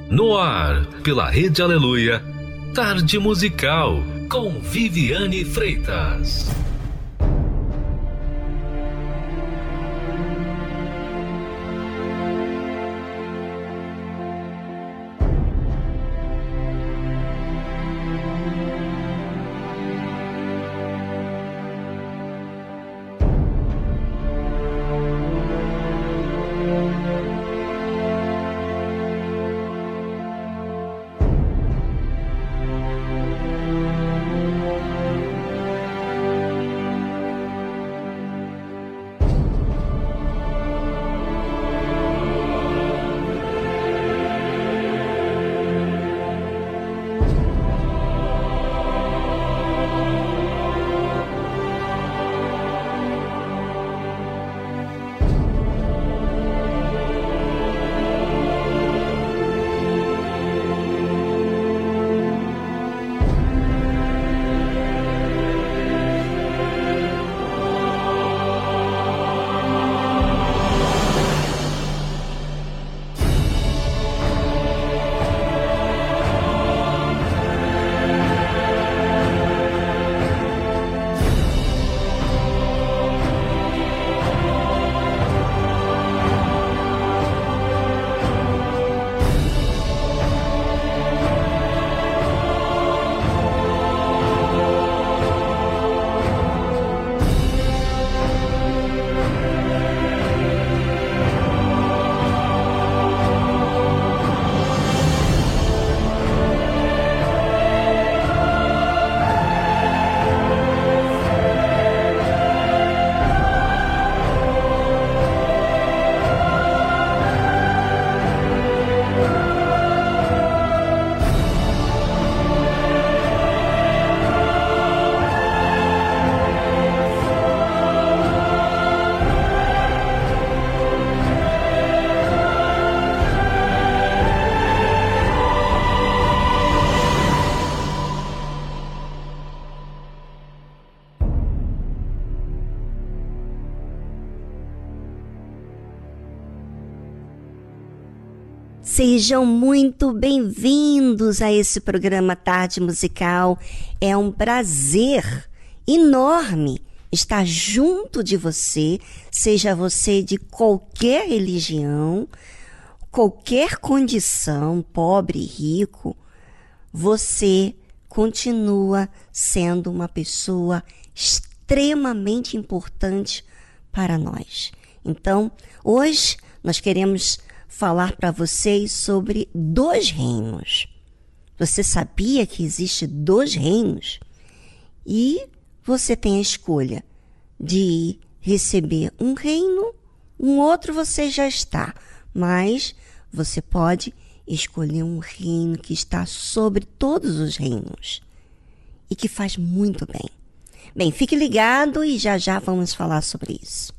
No ar, pela Rede Aleluia, Tarde Musical, com Viviane Freitas. Sejam muito bem-vindos a esse programa Tarde Musical. É um prazer enorme estar junto de você, seja você de qualquer religião, qualquer condição, pobre, rico, você continua sendo uma pessoa extremamente importante para nós. Então, hoje nós queremos falar para vocês sobre 2 reinos. Você sabia que existe 2 reinos? E você tem a escolha de receber um reino, um outro você já está. Mas você pode escolher um reino que está sobre todos os reinos e que faz muito bem. Bem, fique ligado e já já vamos falar sobre isso.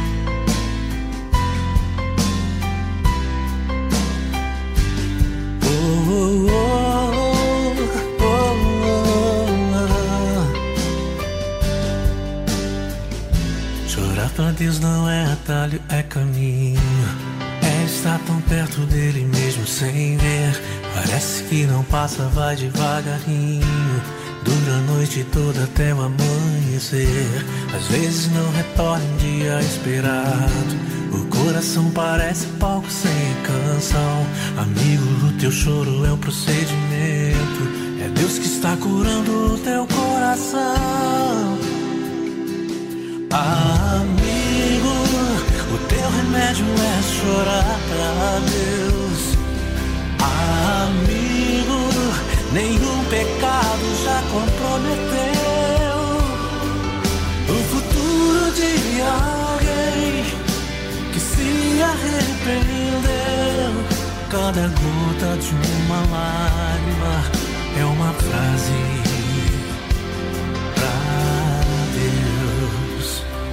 Chorar pra Deus não é atalho, é caminho. É estar tão perto dele mesmo sem ver. Parece que não passa, vai devagarinho. Dura a noite toda até o amanhecer. Às vezes não retorna um dia esperado. O coração parece palco sem canção. Amigo, o teu choro é um procedimento. É Deus que está curando o teu coração. Amigo, o teu remédio é chorar pra Deus. Amigo, nenhum pecado já comprometeu o futuro de alguém que se arrependeu. Cada gota de uma lágrima é uma frase pra Deus.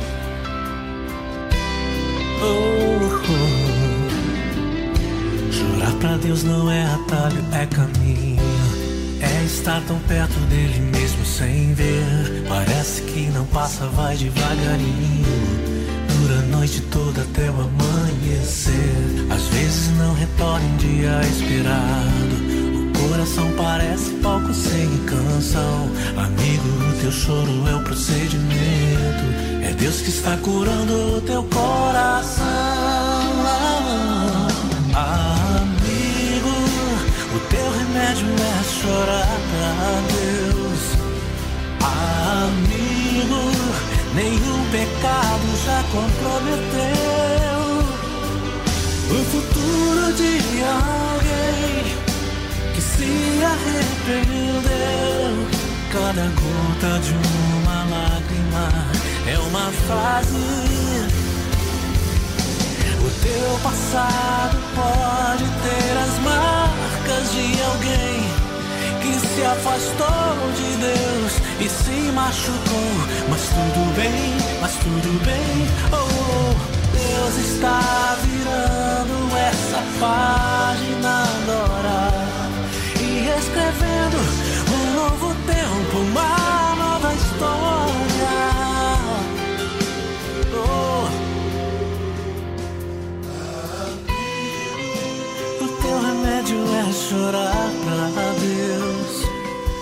Chorar pra Deus não é atalho, é caminho. É estar tão perto dele mesmo sem ver. Parece que não passa, vai devagarinho. Dura a noite toda até o amanhecer. Às vezes não retorna um dia esperado. O coração parece palco sem canção. Amigo, o teu choro é o procedimento. É Deus que está curando o teu coração. Amigo, o teu remédio é chorar pra Deus. Amigo, nenhum pecado já comprometeu o futuro de alguém que se arrependeu. Cada gota de uma lágrima é uma fase. O teu passado pode ter as marcas de alguém que se afastou de Deus e se machucou. Mas tudo bem, oh, Deus está virando essa página agora e escrevendo um novo tempo, uma nova história. Oh. O teu remédio é chorar pra Deus.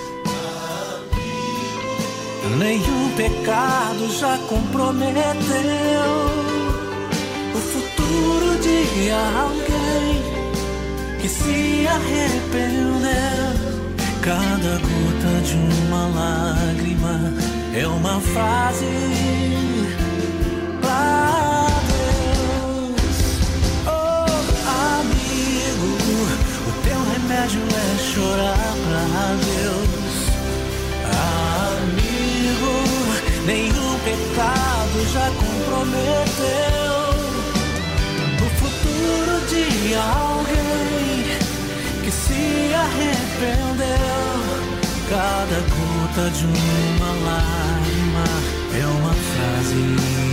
Nenhum pecado já comprometeu o futuro de alguém que se arrependeu. Cada gota de uma lágrima é uma fase pra Deus. Oh, amigo, o teu remédio é chorar pra Deus. Amigo, nenhum pecado já comprometeu o futuro de alguém que se arrependeu. Cada gota de uma lágrima é uma frase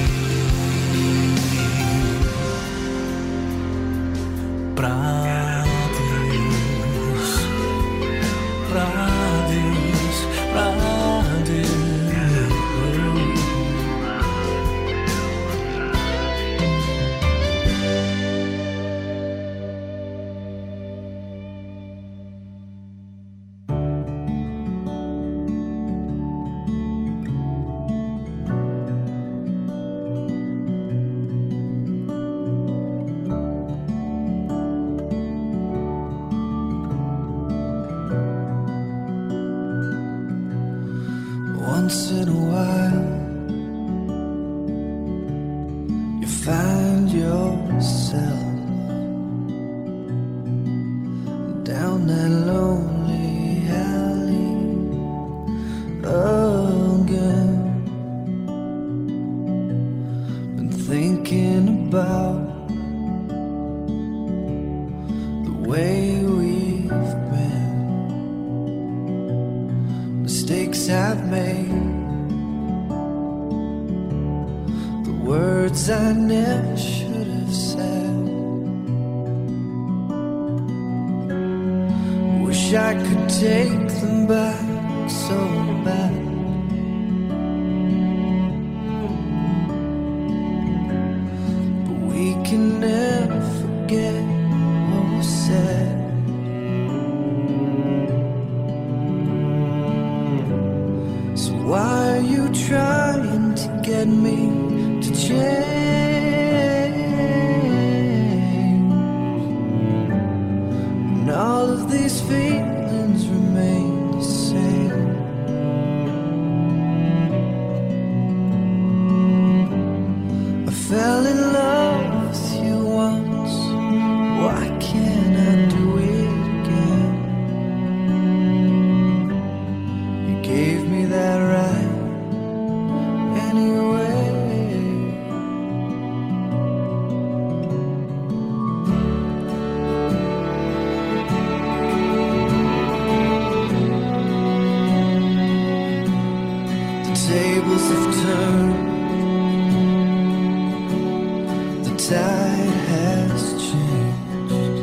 pra Deus, pra Deus, pra Deus. Once in a while, you find yourself down that lonely alley again. Been thinking about the way we've been, mistakes I've made, words I never should have said. Wish I could take them back so bad. But we can never forget what was said. So why are you trying to get me to change? And all of these feelings remain the same. I fell in love with you once. Why can't I do it again? You gave me that right anyway. Tables have turned, the tide has changed.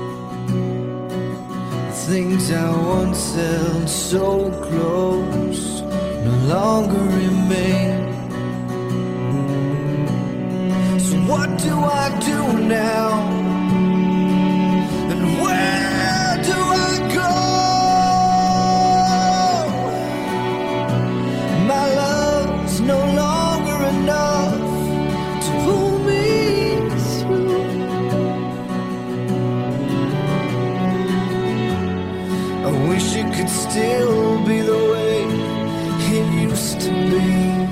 The things I once held so close no longer remain. So what do I do now? And where do I go? My love's no longer enough to pull me through. I wish it could still be the way it used to be.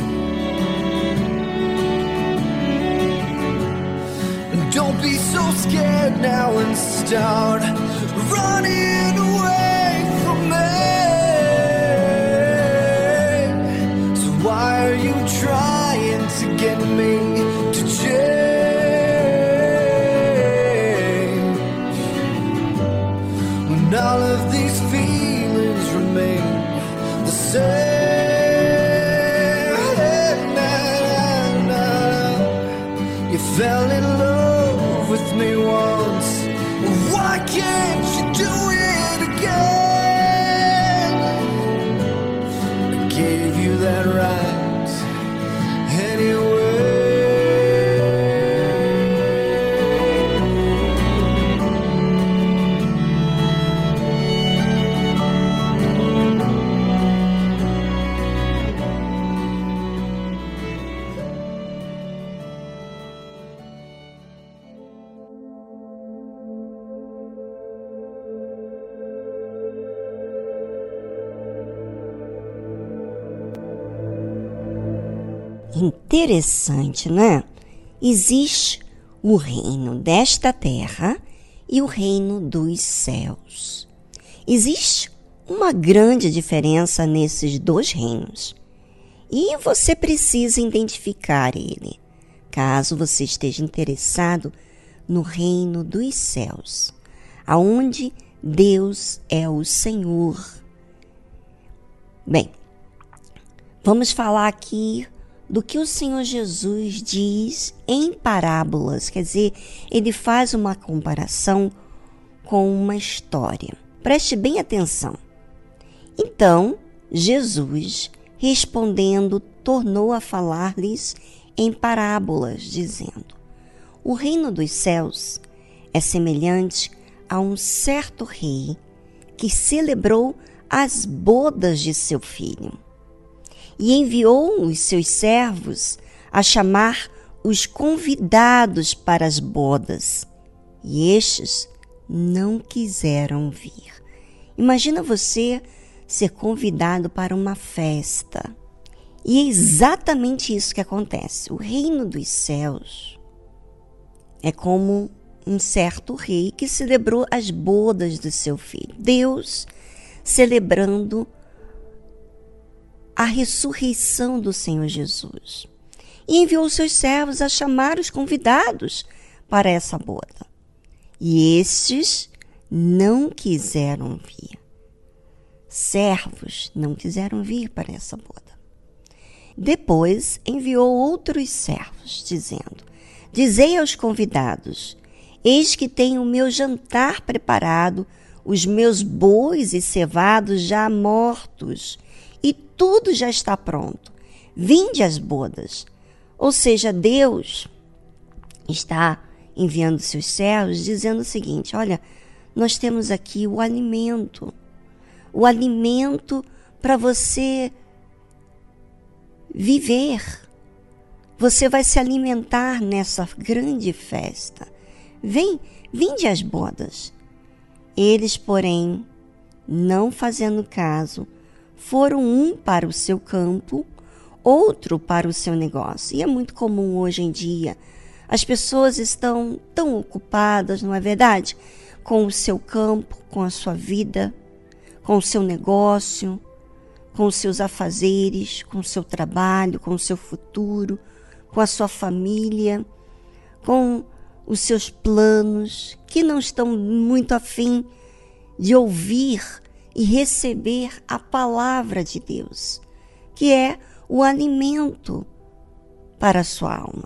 Don't be so scared now and start running away from me. So why are you trying to get me to change when all of these feelings remain the same? You fell in love with me once, why can't you do it again? I gave you that right anyway. Interessante, né? Existe o reino desta terra e o reino dos céus. Existe uma grande diferença nesses dois reinos. E você precisa identificar ele, caso você esteja interessado no reino dos céus, aonde Deus é o Senhor. Bem, vamos falar aqui do que o Senhor Jesus diz em parábolas, quer dizer, ele faz uma comparação com uma história. Preste bem atenção. Então, Jesus, respondendo, tornou a falar-lhes em parábolas, dizendo: o reino dos céus é semelhante a um certo rei que celebrou as bodas de seu filho. E enviou os seus servos a chamar os convidados para as bodas. E estes não quiseram vir. Imagina você ser convidado para uma festa. E é exatamente isso que acontece. O reino dos céus é como um certo rei que celebrou as bodas do seu filho. Deus celebrando a ressurreição do Senhor Jesus. E enviou seus servos a chamar os convidados para essa boda. E estes não quiseram vir. Servos não quiseram vir para essa boda. Depois enviou outros servos, dizendo: dizei aos convidados: eis que tenho o meu jantar preparado, os meus bois e cevados já mortos, e tudo já está pronto. Vinde às bodas. Ou seja, Deus está enviando seus servos dizendo o seguinte: olha, nós temos aqui o alimento para você viver. Você vai se alimentar nessa grande festa. Vinde às bodas. Eles, porém, não fazendo caso, foram um para o seu campo, outro para o seu negócio. E é muito comum hoje em dia. As pessoas estão tão ocupadas, não é verdade? Com o seu campo, com a sua vida, com o seu negócio, com os seus afazeres, com o seu trabalho, com o seu futuro, com a sua família, com os seus planos, que não estão muito afim de ouvir e receber a palavra de Deus, que é o alimento para a sua alma.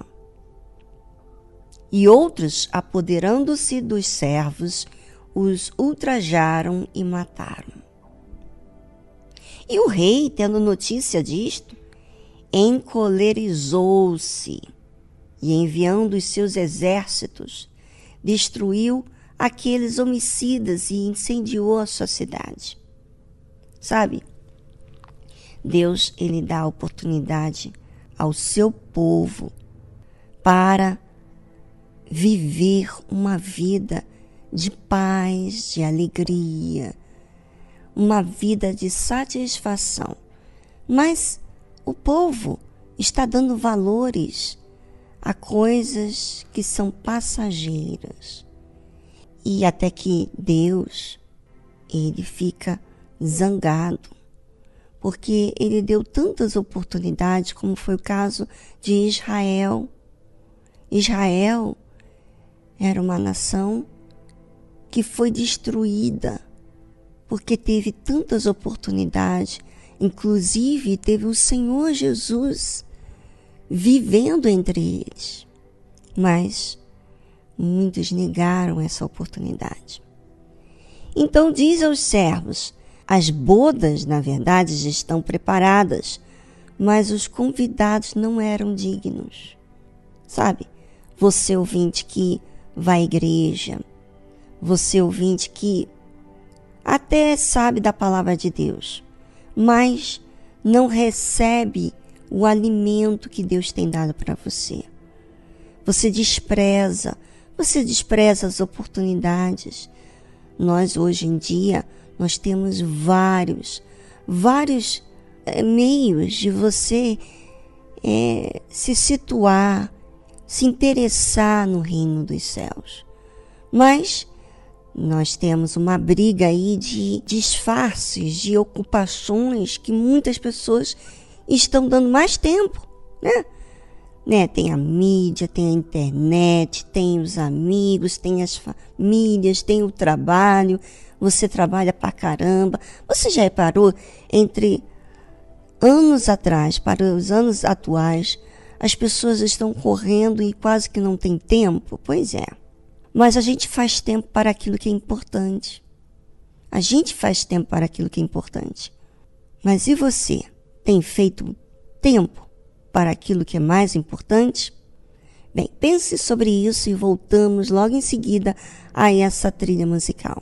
E outros, apoderando-se dos servos, os ultrajaram e mataram. E o rei, tendo notícia disto, encolerizou-se e, enviando os seus exércitos, destruiu aqueles homicidas e incendiou a sua cidade. Sabe? Deus, ele dá a oportunidade ao seu povo para viver uma vida de paz, de alegria, uma vida de satisfação. Mas o povo está dando valores a coisas que são passageiras. E até que Deus, ele fica zangado, porque ele deu tantas oportunidades, como foi o caso de Israel. Israel era uma nação que foi destruída, porque teve tantas oportunidades, inclusive teve o Senhor Jesus vivendo entre eles. Mas muitos negaram essa oportunidade. Então diz aos servos: as bodas, na verdade, já estão preparadas, mas os convidados não eram dignos. Sabe? Você ouvinte que vai à igreja, você ouvinte que até sabe da palavra de Deus, mas não recebe o alimento que Deus tem dado para você. Você despreza as oportunidades. Nós, hoje em dia, nós temos vários meios de você se situar, se interessar no reino dos céus. Mas nós temos uma briga aí de disfarces, de ocupações que muitas pessoas estão dando mais tempo, né? Tem a mídia, tem a internet, tem os amigos, tem as famílias, tem o trabalho. Você trabalha pra caramba. Você já reparou, entre anos atrás para os anos atuais, as pessoas estão correndo e quase que não tem tempo? Pois é. Mas a gente faz tempo para aquilo que é importante. A gente faz tempo para aquilo que é importante. Mas e você? Tem feito tempo para aquilo que é mais importante? Bem, pense sobre isso e voltamos logo em seguida a essa trilha musical.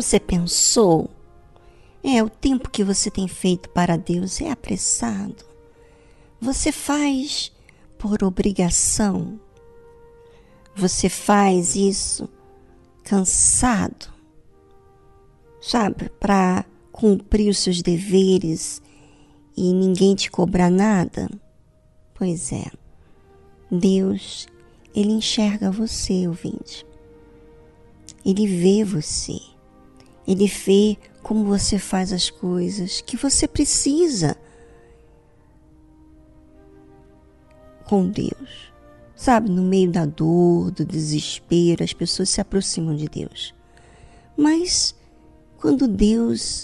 Você pensou? O tempo que você tem feito para Deus é apressado. Você faz por obrigação. Você faz isso cansado, sabe, para cumprir os seus deveres e ninguém te cobrar nada? Pois é, Deus, Ele enxerga você, ouvinte. Ele vê você. Ele vê como você faz as coisas que você precisa com Deus. Sabe, no meio da dor, do desespero, as pessoas se aproximam de Deus. Mas quando Deus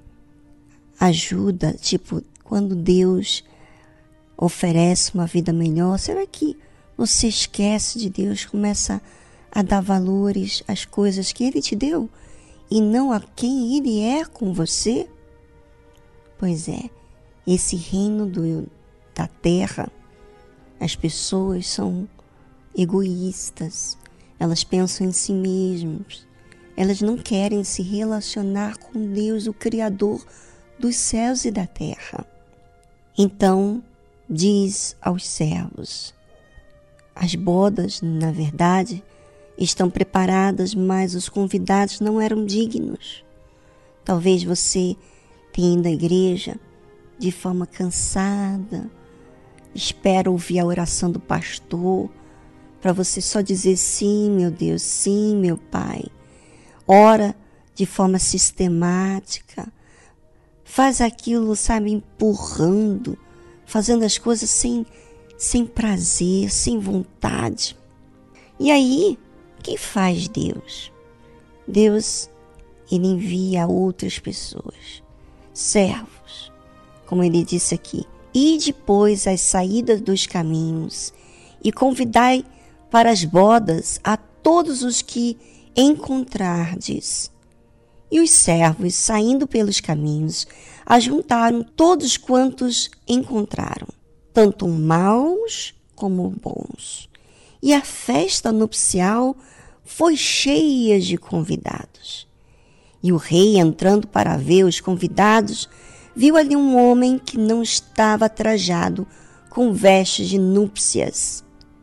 ajuda, quando Deus oferece uma vida melhor, será que você esquece de Deus, começa a dar valores às coisas que Ele te deu e não a quem Ele é com você? Pois é, esse reino da terra, as pessoas são egoístas, elas pensam em si mesmas, elas não querem se relacionar com Deus, o Criador dos céus e da terra. Então, diz aos servos, as bodas, na verdade, estão preparadas, mas os convidados não eram dignos. Talvez você tenha ido à igreja de forma cansada, espera ouvir a oração do pastor, para você só dizer sim, meu Deus, sim, meu Pai. Ora de forma sistemática, faz aquilo, sabe, empurrando, fazendo as coisas sem prazer, sem vontade. E aí, o que faz Deus? Deus, Ele envia outras pessoas, servos, como Ele disse aqui, ide, pois, às saídas dos caminhos e convidai para as bodas a todos os que encontrardes. E os servos, saindo pelos caminhos, ajuntaram todos quantos encontraram, tanto maus como bons. E a festa nupcial foi cheia de convidados. E o rei, entrando para ver os convidados, viu ali um homem que não estava trajado com vestes de núpcias.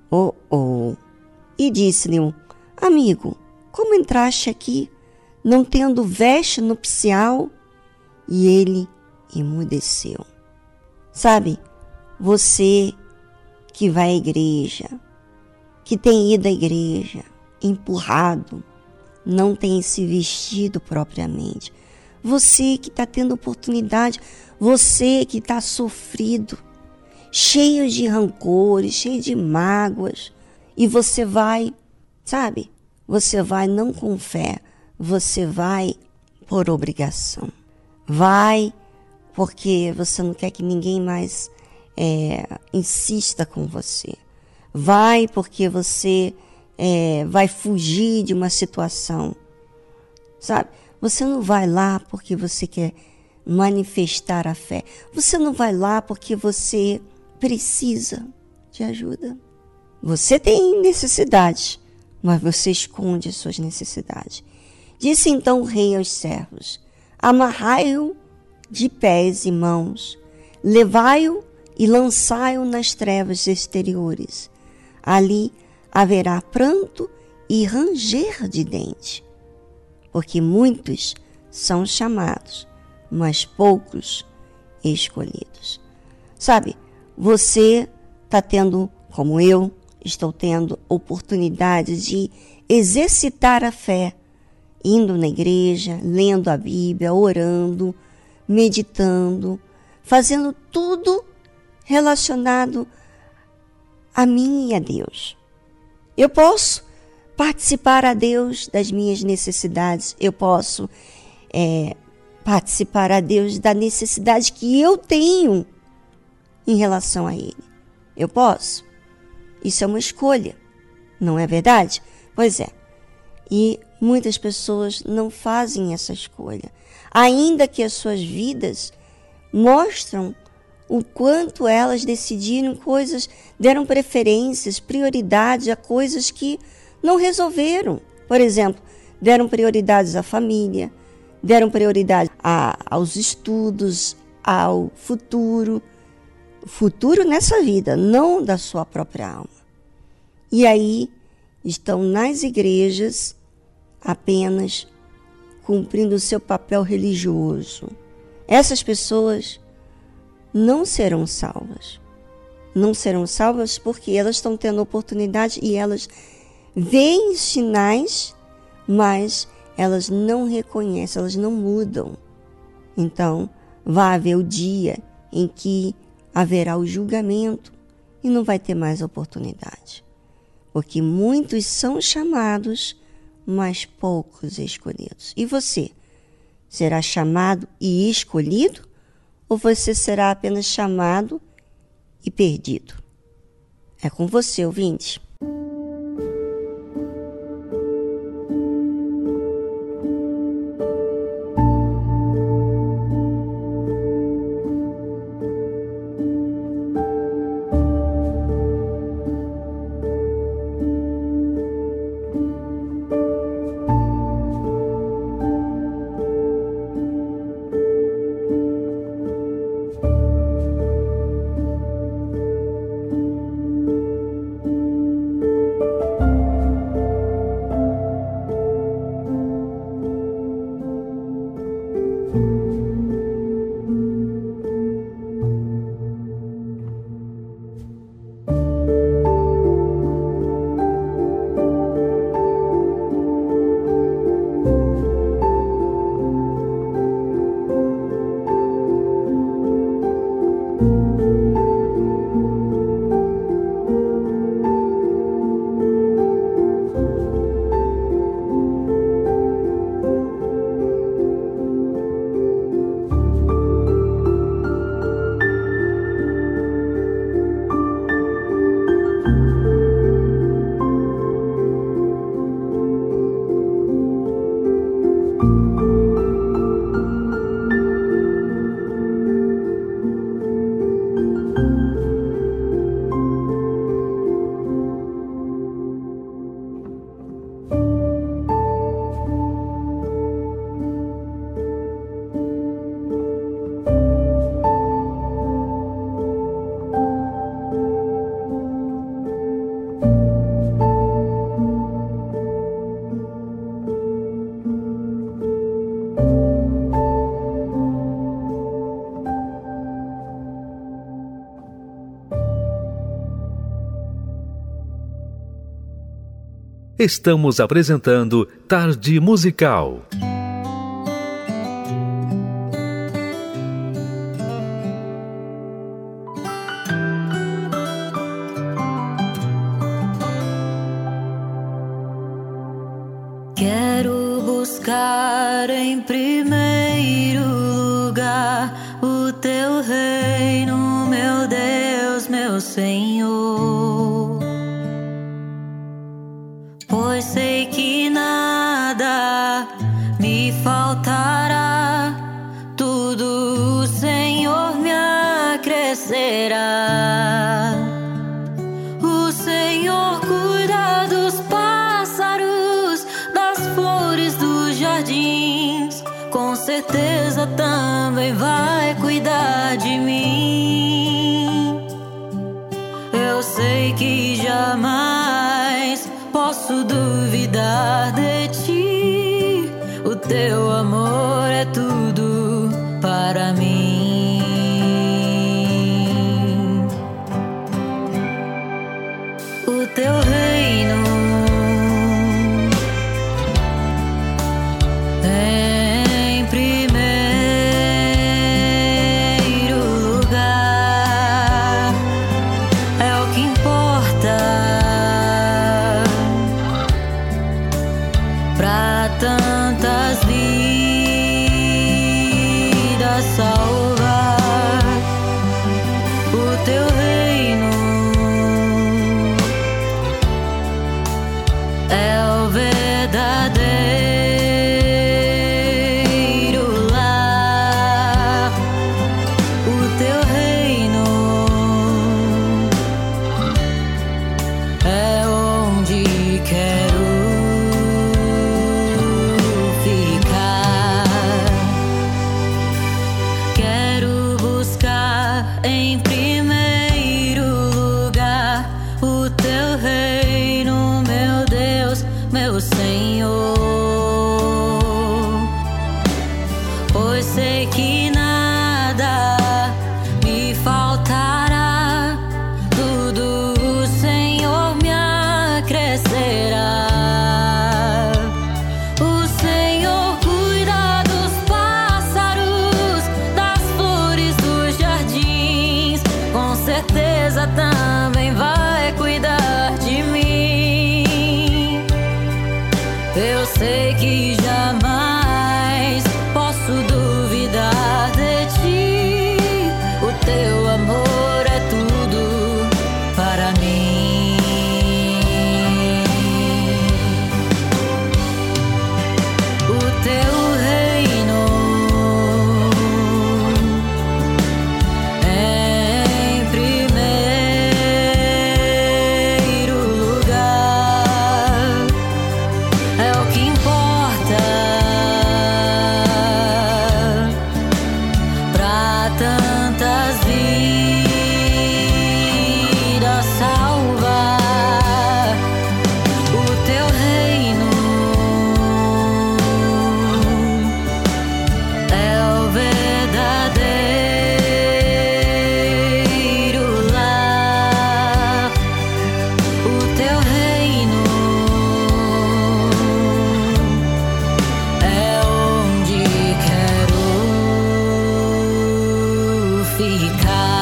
E disse-lhe: amigo, como entraste aqui, não tendo veste nupcial? E ele emudeceu. Sabe, você que vai à igreja, que tem ido à igreja, empurrado, não tem se vestido propriamente. Você que está tendo oportunidade, você que está sofrido, cheio de rancores, cheio de mágoas, e você vai, sabe, você vai não com fé, você vai por obrigação. Vai porque você não quer que ninguém mais insista com você. Vai porque você vai fugir de uma situação, sabe? Você não vai lá porque você quer manifestar a fé. Você não vai lá porque você precisa de ajuda. Você tem necessidade, mas você esconde as suas necessidades. Disse então o rei aos servos: amarrai-o de pés e mãos, levai-o e lançai-o nas trevas exteriores. Ali haverá pranto e ranger de dente, porque muitos são chamados, mas poucos escolhidos. Sabe, você está tendo, como eu, estou tendo oportunidade de exercitar a fé, indo na igreja, lendo a Bíblia, orando, meditando, fazendo tudo relacionado a mim e a Deus. Eu posso participar a Deus das minhas necessidades, eu posso participar a Deus da necessidade que eu tenho em relação a Ele. Eu posso. Isso é uma escolha, não é verdade? Pois é. E muitas pessoas não fazem essa escolha, ainda que as suas vidas mostram o quanto elas decidiram coisas, deram preferências, prioridade a coisas que não resolveram. Por exemplo, deram prioridades à família, deram prioridade aos estudos, ao futuro nessa vida, não da sua própria alma. E aí estão nas igrejas apenas cumprindo o seu papel religioso. Essas pessoas não serão salvas. Não serão salvas porque elas estão tendo oportunidade e elas veem sinais, mas elas não reconhecem, elas não mudam. Então, vai haver o dia em que haverá o julgamento e não vai ter mais oportunidade. Porque muitos são chamados, mas poucos escolhidos. E você? Será chamado e escolhido? Ou você será apenas chamado e perdido? É com você, ouvinte. Estamos apresentando Tarde Musical. Quero buscar em primeiro lugar o teu reino, meu Deus, meu Senhor. Pois sei que nada me faltará, tudo o Senhor me acrescerá. O Senhor cuida dos pássaros, das flores dos jardins, com certeza também vai cuidar de mim. Eu sei que jamais posso duvidar de ti, o teu amor é tudo para mim. O teu reino em primeiro lugar é o que importa para tantas vidas. meu Senhor, pois sei que nada me faltará, tudo o Senhor me acrescerá. O Senhor cuida dos pássaros, das flores dos jardins, com certeza também vai cuidar de mim. Eu sei que jamais posso duvidar de ti, o teu amor é tudo para mim. O teu reino em primeiro lugar é o que importa pra tantas vidas salvar. O teu reino é o verdadeiro lar. O teu reino é onde quero ficar.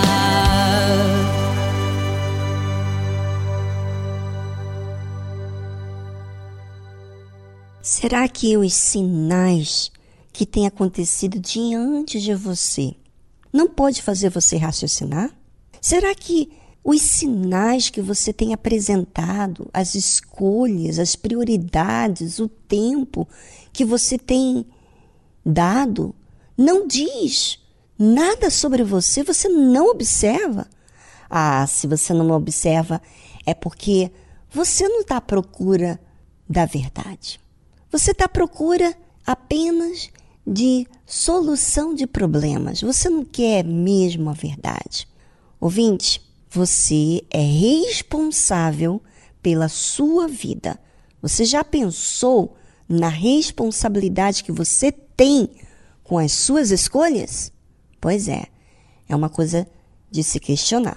Será que os sinais que têm acontecido diante de você não pode fazer você raciocinar? Será que os sinais que você tem apresentado, as escolhas, as prioridades, o tempo que você tem dado, não diz nada sobre você? Você não observa? Ah, se você não observa, é porque você não está à procura da verdade. Você está à procura apenas de solução de problemas. Você não quer mesmo a verdade. Ouvinte, você é responsável pela sua vida. Você já pensou na responsabilidade que você tem com as suas escolhas? Pois é uma coisa de se questionar.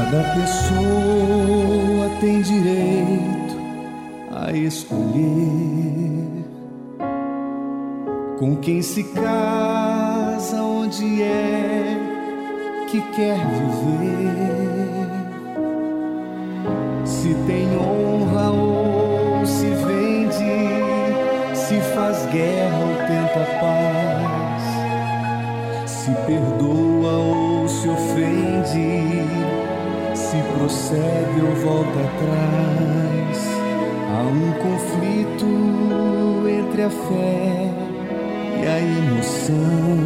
Cada pessoa tem direito a escolher com quem se casa, onde é que quer viver, se tem honra ou se vende, se faz guerra ou tenta paz, se perdoa ou se ofende, se prossegue ou volta atrás. Há um conflito entre a fé e a emoção.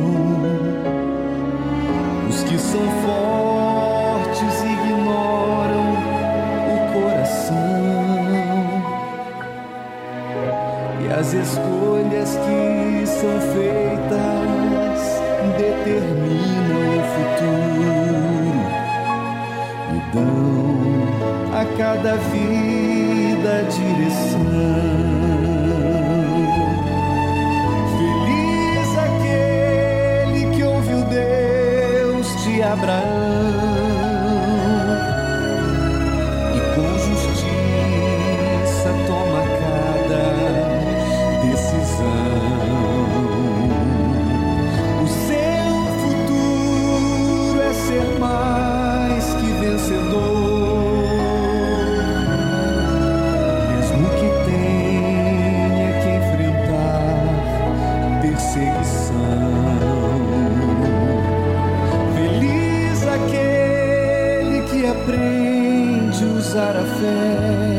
Os que são fortes ignoram o coração, e as escolhas que são feitas determinam o futuro e dão a cada vida direção. Feliz aquele que ouviu Deus de Abraão e com justiça toma cada decisão. O seu futuro é ser mais que vencedor. Feliz aquele que aprende a usar a fé,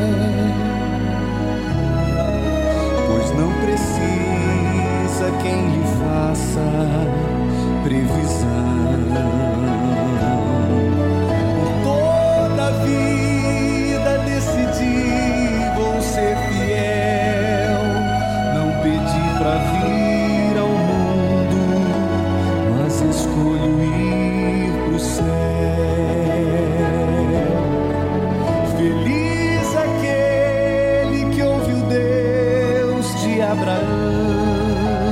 pois não precisa quem lhe faça previsão. Por toda a vida decidi, vou ser fiel, não pedi pra vir ao mundo, mas escolho ir pro céu. Feliz aquele que ouviu Deus de Abraão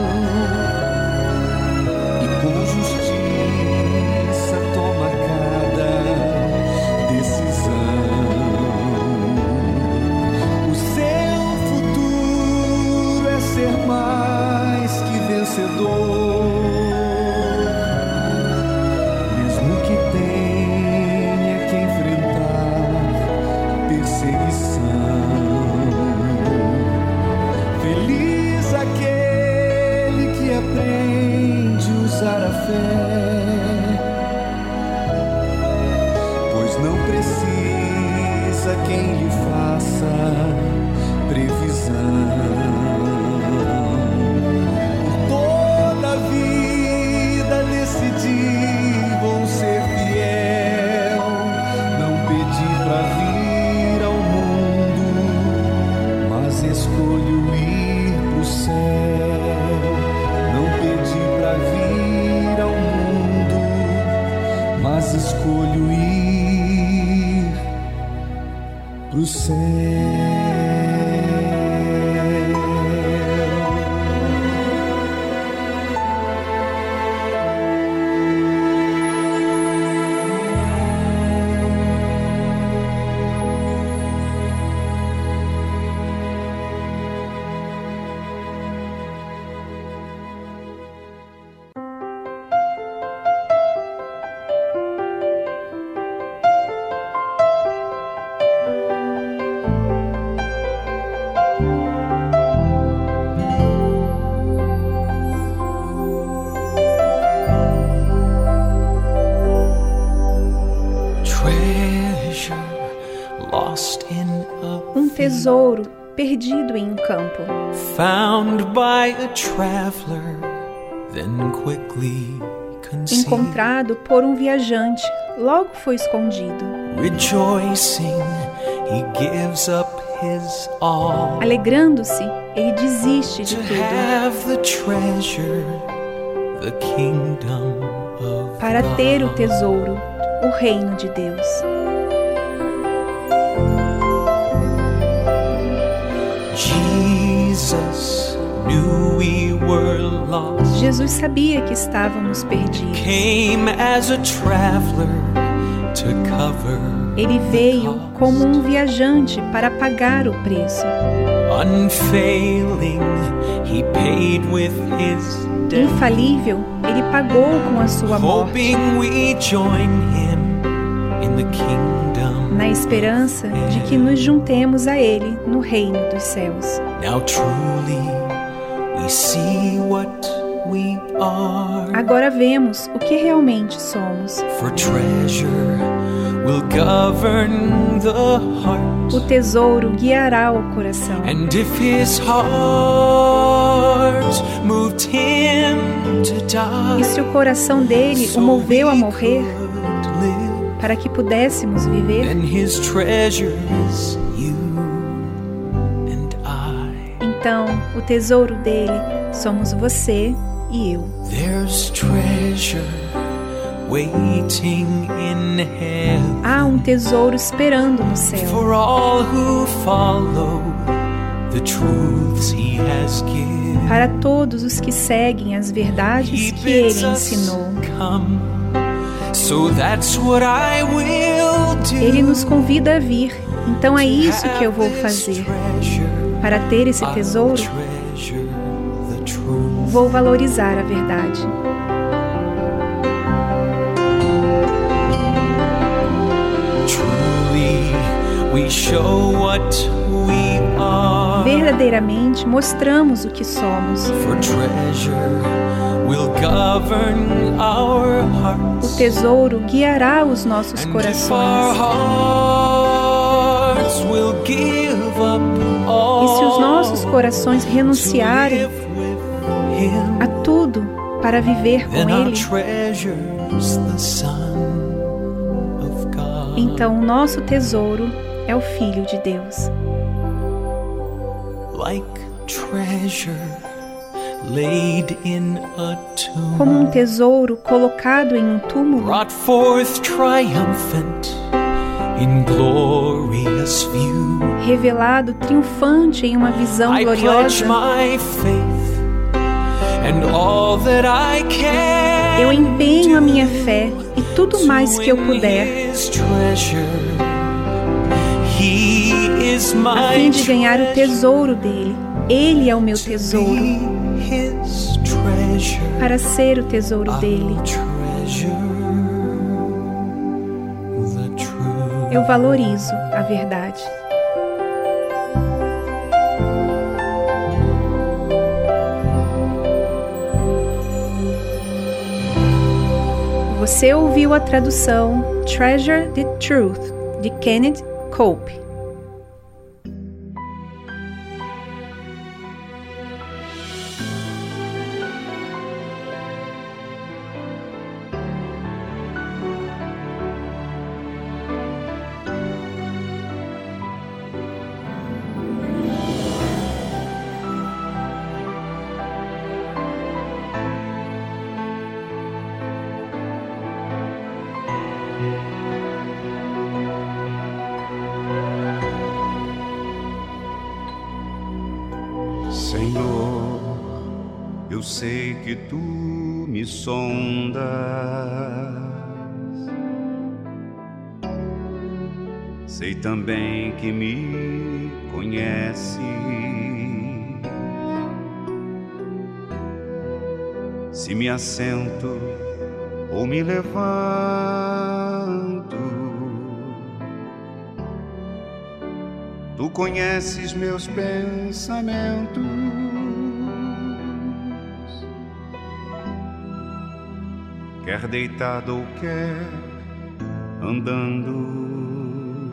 e com justiça toma cada decisão. O seu futuro é ser mais que vencedor. Feliz aquele que aprende a usar a fé, pois não precisa quem lhe faça previsão. Por toda a vida decidi, vou ser fiel, não pedi pra vir ao mundo, mas escolho ir pro céu. Não pedi pra vir ao mundo, mas escolho ir pro céu. Tesouro perdido em um campo. Found by a traveler, then quickly concealed. Encontrado por um viajante, logo foi escondido. Rejoicing, he gives up his all. Alegrando-se, ele desiste de tudo. Have the treasure, the kingdom of para ter o tesouro, o reino de Deus. Jesus sabia que estávamos perdidos. Came as a traveler to cover Ele veio como um viajante para pagar o preço. unfailing. He paid with his death, Infalível, Ele pagou com a sua morte, hoping we join him in the kingdom. na esperança de que nos juntemos a Ele no reino dos céus. Now truly we see what we are. Agora vemos o que realmente somos. For treasure will govern the heart. O tesouro guiará o coração. And if his heart moved him to die, E se o coração dele o moveu a morrer para que pudéssemos viver, then his treasure is you and I. então o tesouro dele somos você e eu. There's treasure waiting in heaven Há um tesouro esperando no céu for all who follow the truths he has given. para todos os que seguem as verdades He que ele bids us ensinou. come, so that's what I will do. Ele nos convida a vir, então é isso que eu vou fazer. Para ter esse tesouro, vou valorizar a verdade. Verdadeiramente mostramos o que somos. O tesouro guiará os nossos corações. E se os nossos corações renunciarem a tudo para viver com Ele, então o nosso tesouro é o Filho de Deus. Como um tesouro colocado em um túmulo, brought forth triumphant in glorious view. Revelado triunfante em uma visão I pledge gloriosa, my faith and all that I can eu empenho a minha fé e tudo mais que eu to win puder his treasure. He is a my fim de ganhar o tesouro dele. Ele é o meu to tesouro, be his treasure. para ser o tesouro dele. I'll treasure the truth. Eu valorizo a verdade. Você ouviu a tradução Treasure the Truth, de Kenneth Cope. Senhor, eu sei que tu me sondas, sei também que me conheces. Se me assento ou me levanto, tu conheces meus pensamentos. Quer deitado ou quer andando,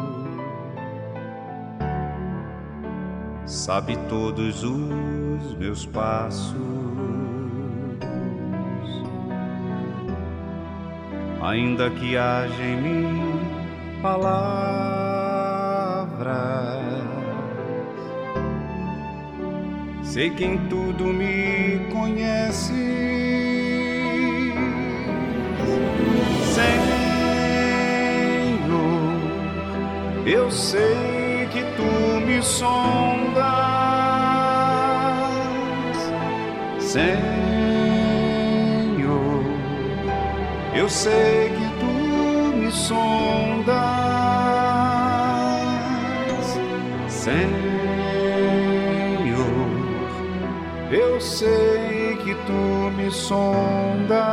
sabe todos os meus passos. Ainda que haja em mim palavras, sei que em tudo me conheces. Senhor, eu sei que tu me sondas. Senhor, eu sei que tu me sondas, Senhor, eu sei que tu me sondas,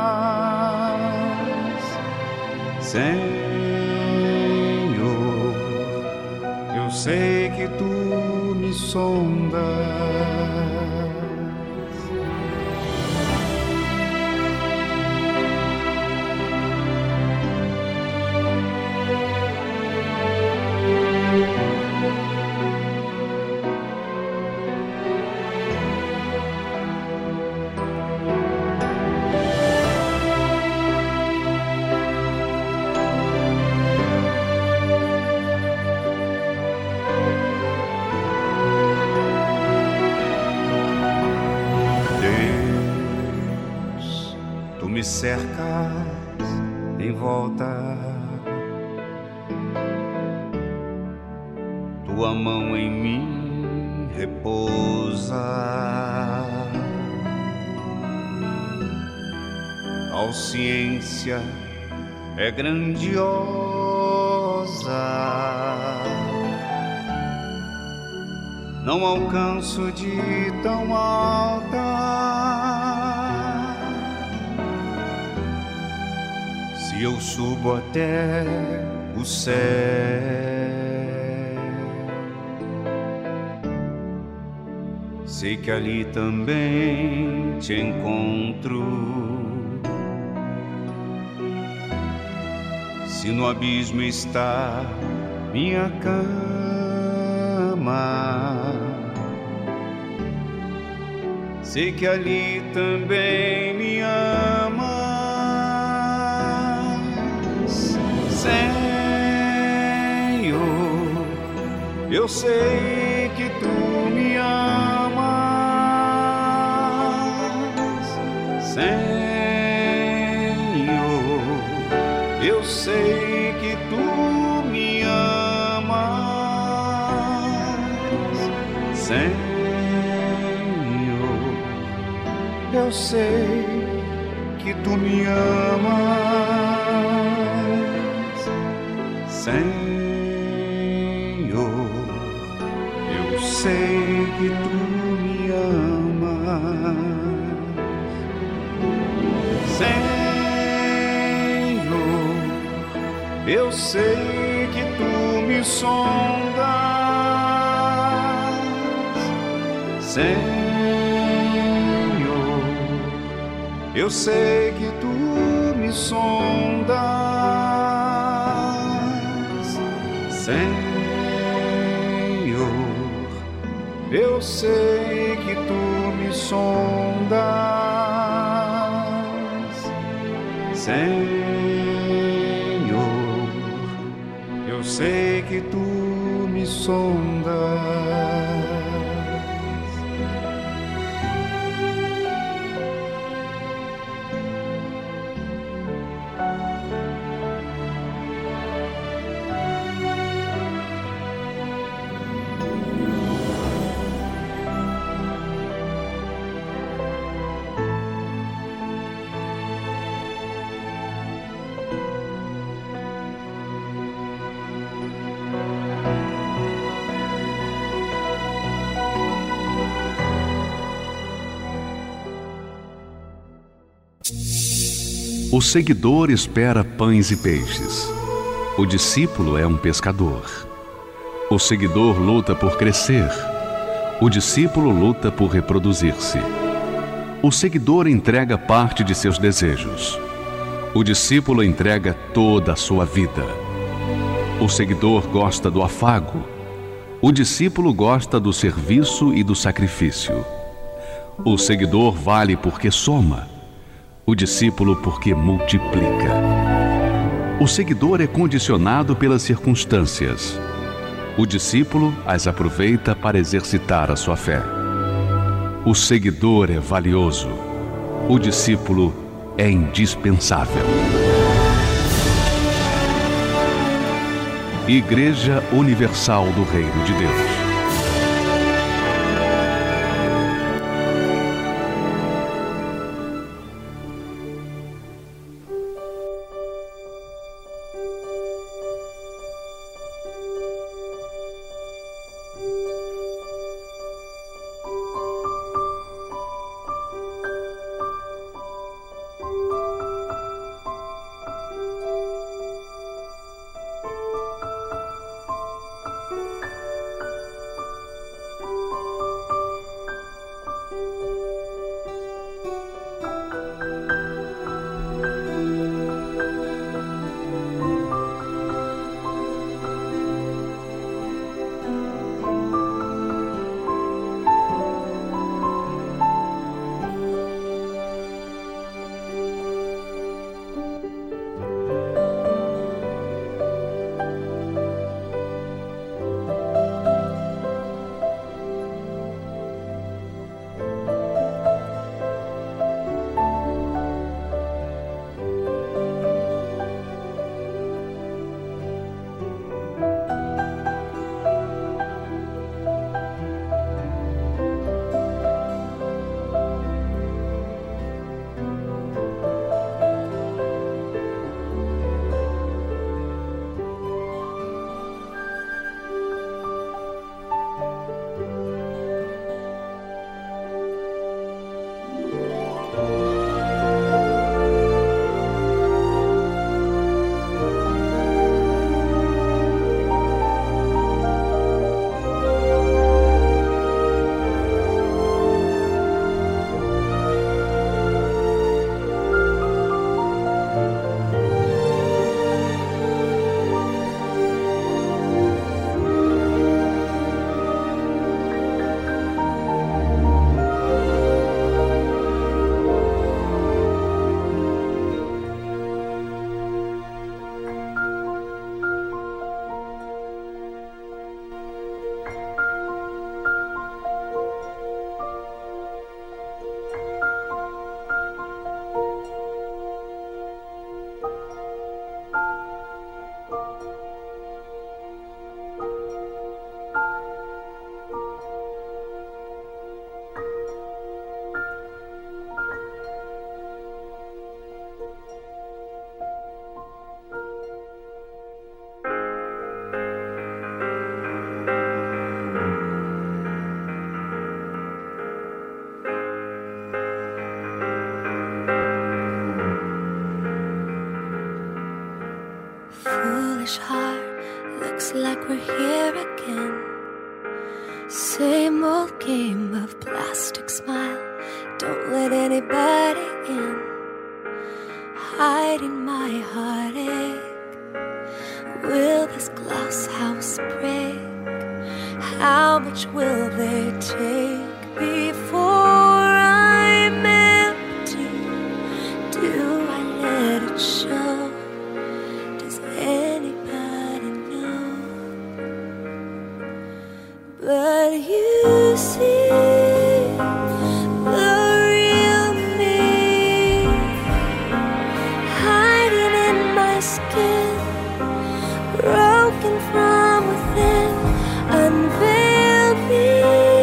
Senhor, eu sei que tu me sondas. Me cercas em volta, tua mão em mim repousa, a ciência é grandiosa, não alcanço de tão alta. Eu subo até o céu, sei que ali também te encontro. Se no abismo está minha cama, sei que ali também me ama. Senhor, eu sei que tu me amas, Senhor, eu sei que tu me amas, Senhor, eu sei que tu me amas. Senhor, eu sei que tu me amas. Senhor, eu sei que tu me sondas. Senhor, eu sei que tu me sondas. Senhor, eu sei que tu me sondas. Senhor, eu sei que tu me sondas. O seguidor espera pães e peixes. O discípulo é um pescador. O seguidor luta por crescer. O discípulo luta por reproduzir-se. O seguidor entrega parte de seus desejos. O discípulo entrega toda a sua vida. O seguidor gosta do afago. O discípulo gosta do serviço e do sacrifício. O seguidor vale porque soma. O discípulo porque multiplica. O seguidor é condicionado pelas circunstâncias. O discípulo as aproveita para exercitar a sua fé. O seguidor é valioso. O discípulo é indispensável. Igreja Universal do Reino de Deus. foolish heart looks like we're here again. Same old game of plastic smile. Don't let anybody in. Hiding my heartache. Will this glass house break? How much will they take before I'm empty? Do I let it show? Does anybody know? But you see the real me hiding in my skin, broken from within. Unveil me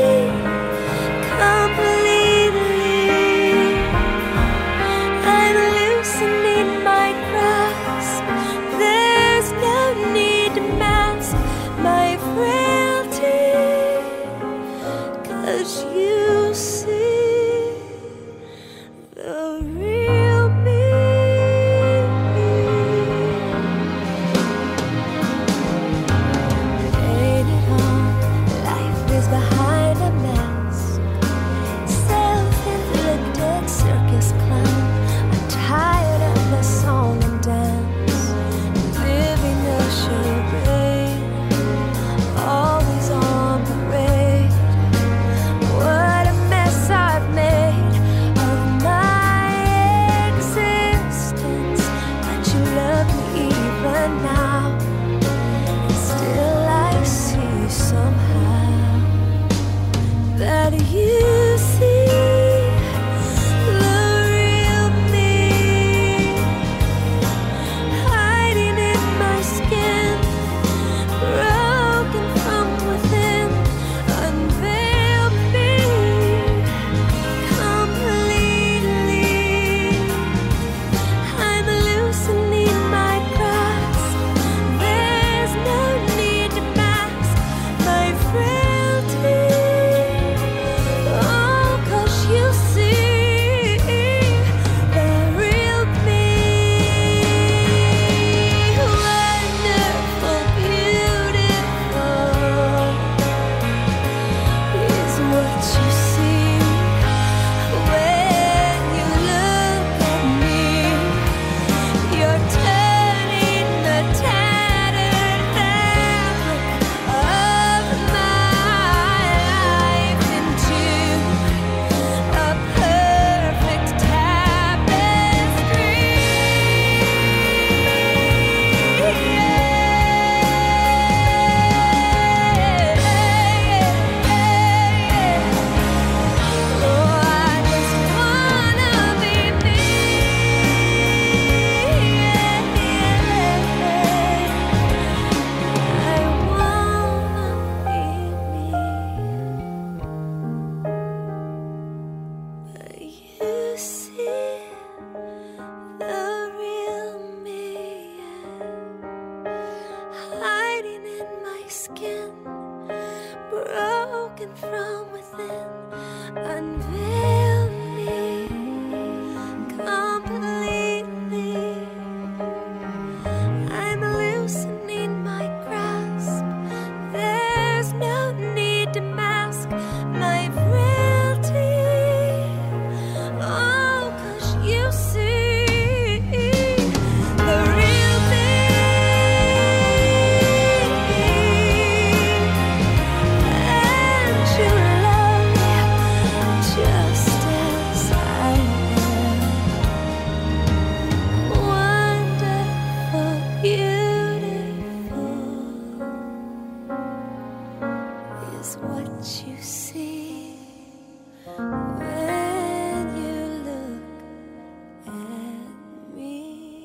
completely. I'm loosening my grasp. There's no need to mask my frailty, 'cause you see the real me. Ain't it all? Life is behind a mask. Self-inflicted circus clown. I'm tired of the song and dance. Living a charade, always on parade. What a mess I've made of my existence. But you love me even now. Still I see somehow that you see the real me hiding in my skin, broken from within. Unveil me completely. I'm loosening my grasp. There's no need to mask my frailty. Oh, 'cause you see the real me. Wonderful, beautiful is what you see when you look at me. You're turning the tattered fabric of my life into a perfect tapestry. Oh, I just wanna be me. I wanna be me. But you see the real me hiding in my skin, broken from within. Unveil me completely. I'm loosening my grasp. There's no need to mask my frailty. Oh, 'cause you see the real me. And you love me just as I am. Wonderful, beautiful is what you see when you look at me.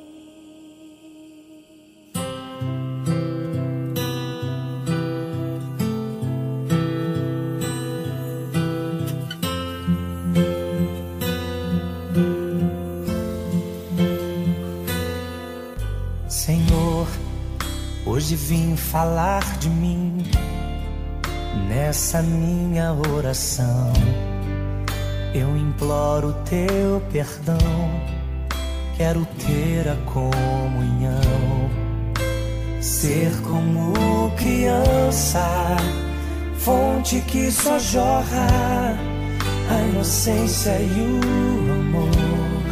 Senhor, hoje vim falar de mim nessa minha oração. Eu imploro teu perdão, quero ter a comunhão. ser como criança, fonte que só jorra a inocência e o amor.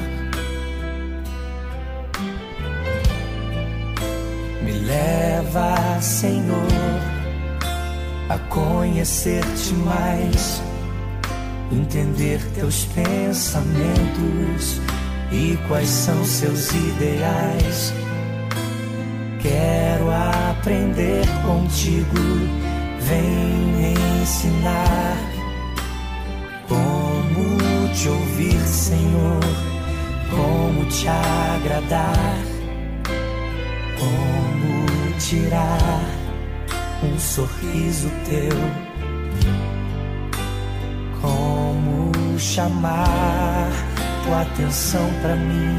Me leva, Senhor, a conhecer-te mais, entender teus pensamentos e quais são seus ideais. Quero aprender contigo, vem ensinar como te ouvir, Senhor, como te agradar, como tirar um sorriso teu, como chamar tua atenção pra mim,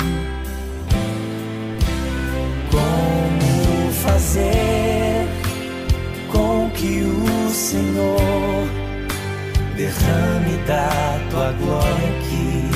como fazer com que o Senhor derrame da tua glória aqui.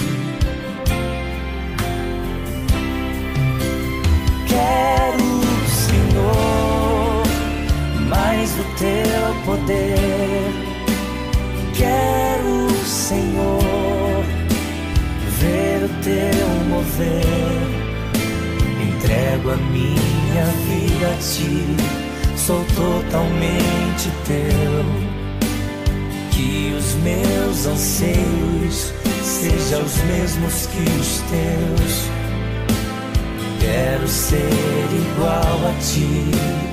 Quero, Senhor, mais do teu poder. Quero, Senhor, ver o teu mover. Entrego a minha vida a ti, sou totalmente teu. Que os meus anseios sejam os mesmos que os teus. Quero ser igual a ti.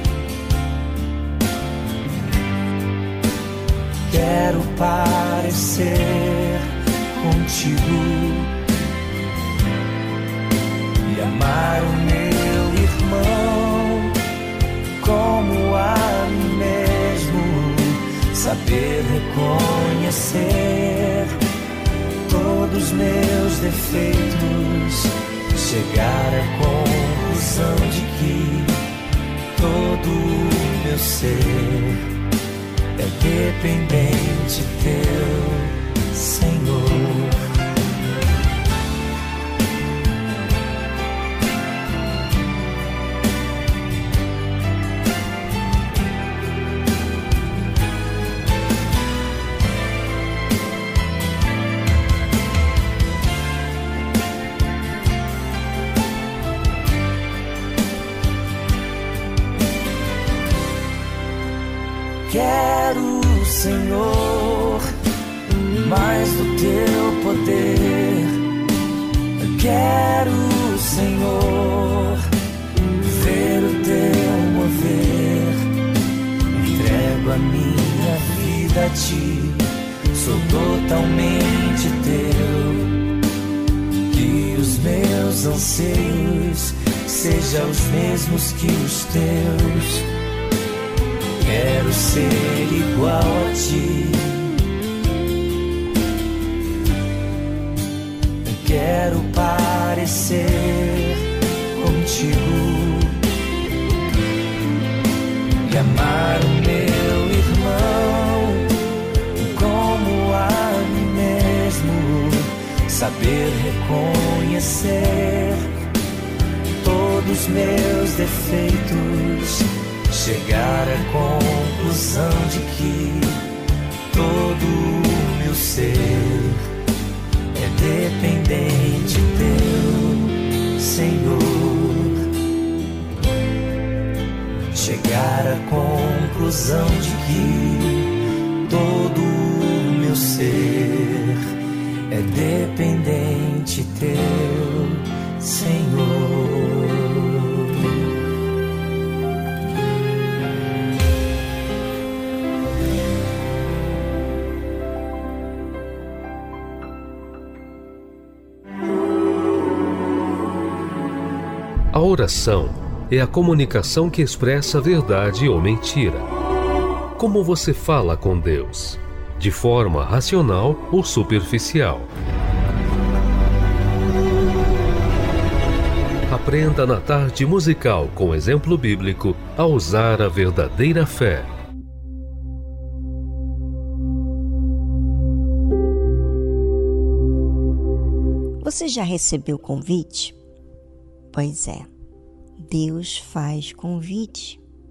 Quero parecer contigo e amar o meu irmão como a mim mesmo. Saber reconhecer todos os meus defeitos, chegar à conclusão de que todo o meu ser é dependente teu, Senhor. Quero, Senhor, mais do teu poder. Quero, Senhor, ver o teu mover. Entrego a minha vida a ti, sou totalmente teu. Que os meus anseios sejam os mesmos que os teus. Quero ser igual a ti. Quero parecer contigo e amar o meu irmão como a mim mesmo. Saber reconhecer todos os meus defeitos, chegar à conclusão de que todo o meu ser é dependente teu, Senhor. Chegar à conclusão de que todo o meu ser é dependente teu, Senhor. A oração é a comunicação que expressa verdade ou mentira. Como você fala com Deus? De forma racional ou superficial? Aprenda na tarde musical com exemplo bíblico a usar a verdadeira fé. Você já recebeu convite? Pois é, Deus faz convite.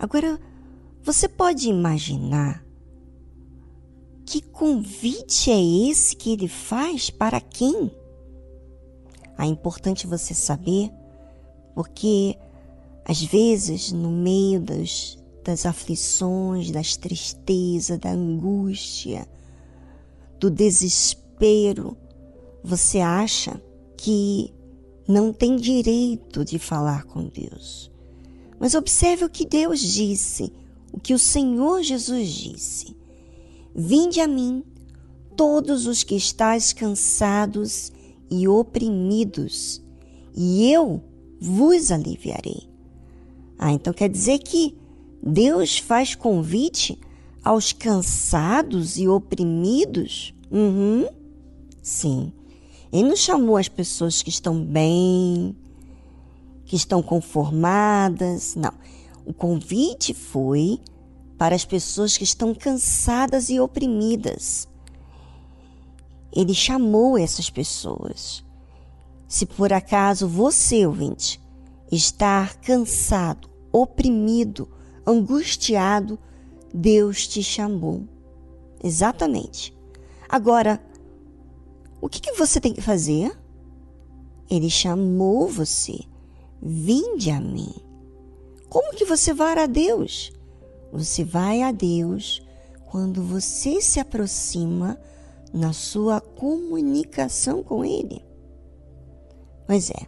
Agora, você pode imaginar que convite é esse que ele faz para quem? É importante você saber, porque às vezes no meio das aflições, das tristezas, da angústia, do desespero, você acha que não tem direito de falar com Deus. Mas observe o que Deus disse, o que o Senhor Jesus disse. Vinde a mim, todos os que estáis cansados e oprimidos, e eu vos aliviarei. Então quer dizer que Deus faz convite aos cansados e oprimidos? Sim. Ele não chamou as pessoas que estão bem, que estão conformadas, não. O convite foi para as pessoas que estão cansadas e oprimidas. Ele chamou essas pessoas. Se por acaso você, ouvinte, está cansado, oprimido, angustiado, Deus te chamou. Exatamente. Agora, o que você tem que fazer? Ele chamou você. Vinde a mim. Como que você vai a Deus? Você vai a Deus quando você se aproxima na sua comunicação com Ele. Pois é.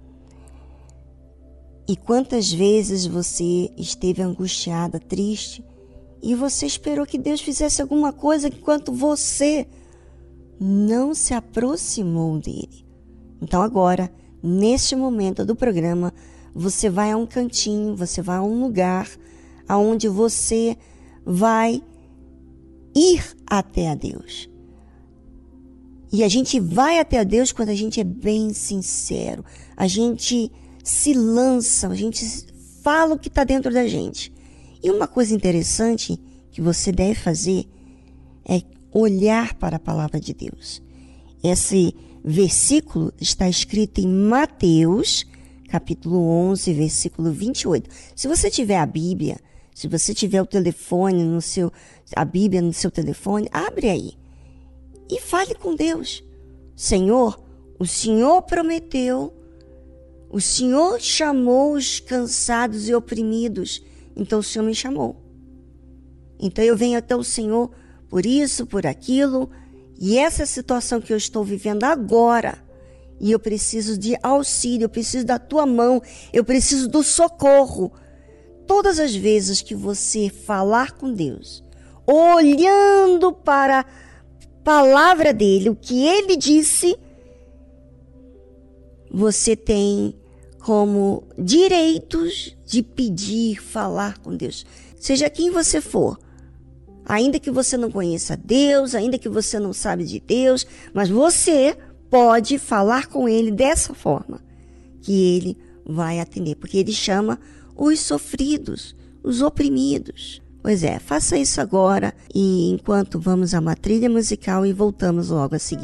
E quantas vezes você esteve angustiada, triste, e você esperou que Deus fizesse alguma coisa enquanto você não se aproximou dele. Então agora, neste momento do programa, você vai a um cantinho, você vai a um lugar aonde você vai ir até a Deus. E a gente vai até a Deus quando a gente é bem sincero. A gente se lança, a gente fala o que está dentro da gente. E uma coisa interessante que você deve fazer é olhar para a palavra de Deus. Esse versículo está escrito em Mateus, capítulo 11, versículo 28. Se você tiver a Bíblia, se você tiver o telefone a Bíblia no seu telefone, abre aí e fale com Deus. Senhor, o Senhor prometeu, o Senhor chamou os cansados e oprimidos, então o Senhor me chamou. Então eu venho até o Senhor por isso, por aquilo, e essa situação que eu estou vivendo agora, e eu preciso de auxílio, eu preciso da tua mão, eu preciso do socorro. Todas as vezes que você falar com Deus, olhando para a palavra dele, o que ele disse, você tem como direitos de pedir, falar com Deus. Seja quem você for, ainda que você não conheça Deus, ainda que você não sabe de Deus, mas você pode falar com ele dessa forma, que ele vai atender, porque ele chama os sofridos, os oprimidos. Pois é, faça isso agora e enquanto vamos a uma trilha musical e voltamos logo a seguir.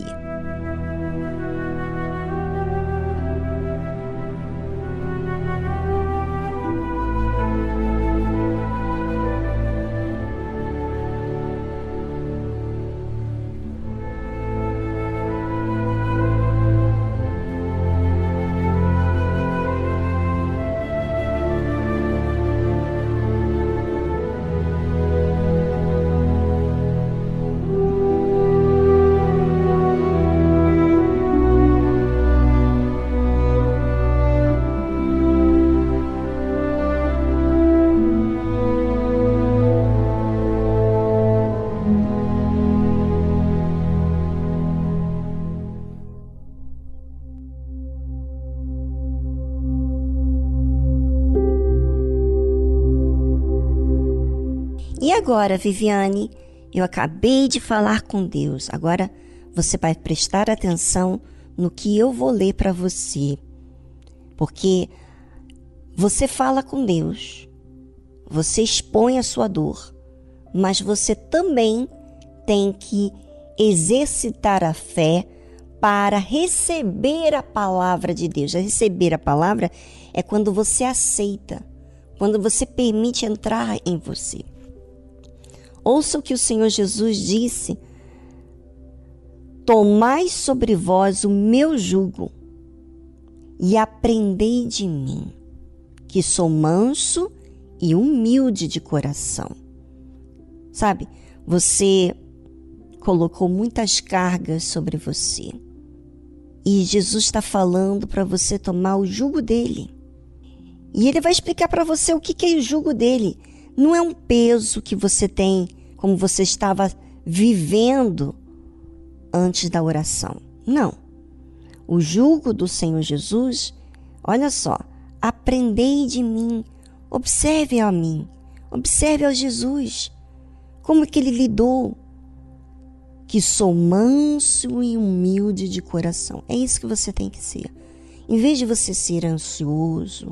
E agora, Viviane, eu acabei de falar com Deus. Agora você vai prestar atenção no que eu vou ler para você. Porque você fala com Deus, você expõe a sua dor, mas você também tem que exercitar a fé para receber a palavra de Deus. Receber a palavra é quando você aceita. quando você permite entrar em você. Ouça o que o Senhor Jesus disse: tomai sobre vós o meu jugo e aprendei de mim, que sou manso e humilde de coração. Sabe, você colocou muitas cargas sobre você. E Jesus está falando para você tomar o jugo dele. E ele vai explicar para você o que é o jugo dele. Não é um peso que você tem, como você estava vivendo antes da oração. Não. O jugo do Senhor Jesus, olha só, aprendei de mim, observe a mim, observe ao Jesus, como que ele lidou, que sou manso e humilde de coração. É isso que você tem que ser. Em vez de você ser ansioso,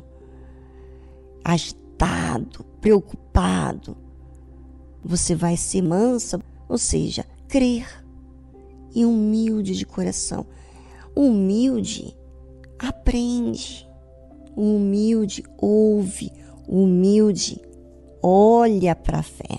agitado, preocupado, você vai ser mansa, ou seja, crer, e humilde de coração. O humilde aprende, o humilde ouve, o humilde olha para a fé.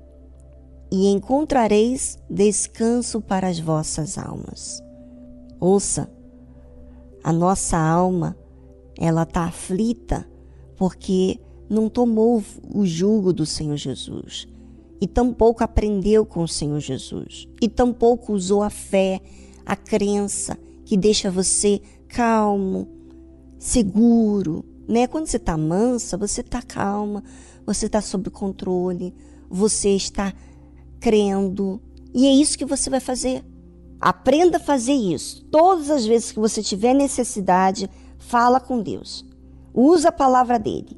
E encontrareis descanso para as vossas almas. Ouça, a nossa alma, ela está aflita porque não tomou o jugo do Senhor Jesus. E tampouco aprendeu com o Senhor Jesus. E tampouco usou a fé, a crença, que deixa você calmo, seguro, né? Quando você está mansa, você está calma, você está sob controle, você está crendo. E é isso que você vai fazer. Aprenda a fazer isso. Todas as vezes que você tiver necessidade, fala com Deus. Usa a palavra dele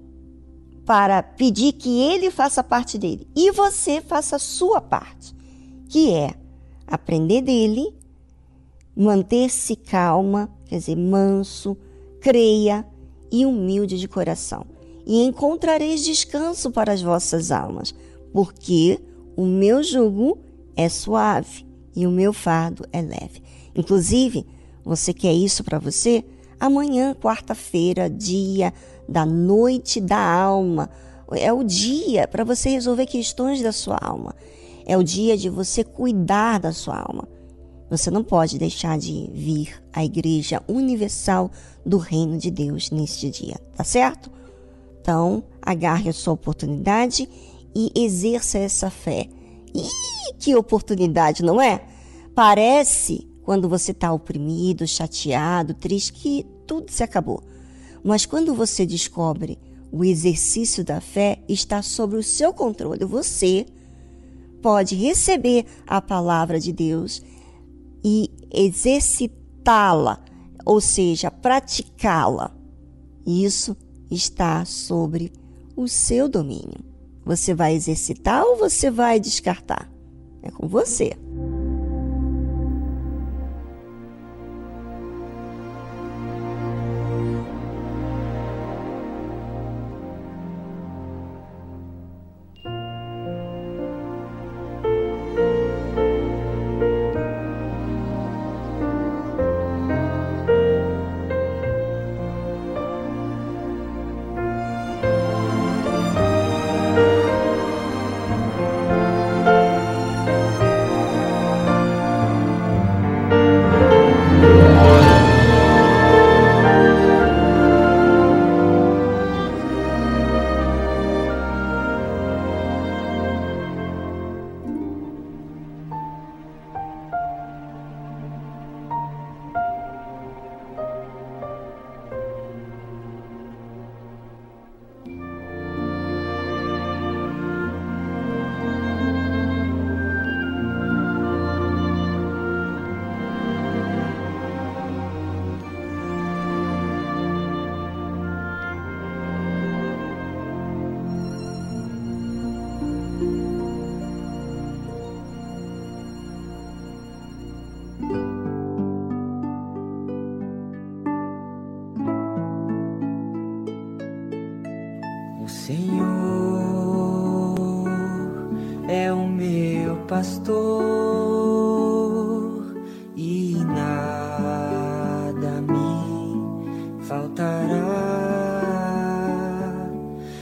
para pedir que ele faça parte dele. E você faça a sua parte, que é aprender dele, manter-se calma, quer dizer, manso, creia e humilde de coração. E encontrareis descanso para as vossas almas, porque o meu jugo é suave e o meu fardo é leve. Inclusive, você quer isso para você? Amanhã, quarta-feira, dia da noite da alma. É o dia para você resolver questões da sua alma. É o dia de você cuidar da sua alma. Você não pode deixar de vir à Igreja Universal do Reino de Deus neste dia, tá certo? Então, agarre a sua oportunidade e exerça essa fé. Ih, que oportunidade, não é? Parece, quando você está oprimido, chateado, triste, que tudo se acabou. Mas quando você descobre o exercício da fé está sob o seu controle, você pode receber a palavra de Deus e exercitá-la, ou seja, praticá-la. Isso está sobre o seu domínio. Você vai exercitar ou você vai descartar? É com você. Pastor, e nada me faltará.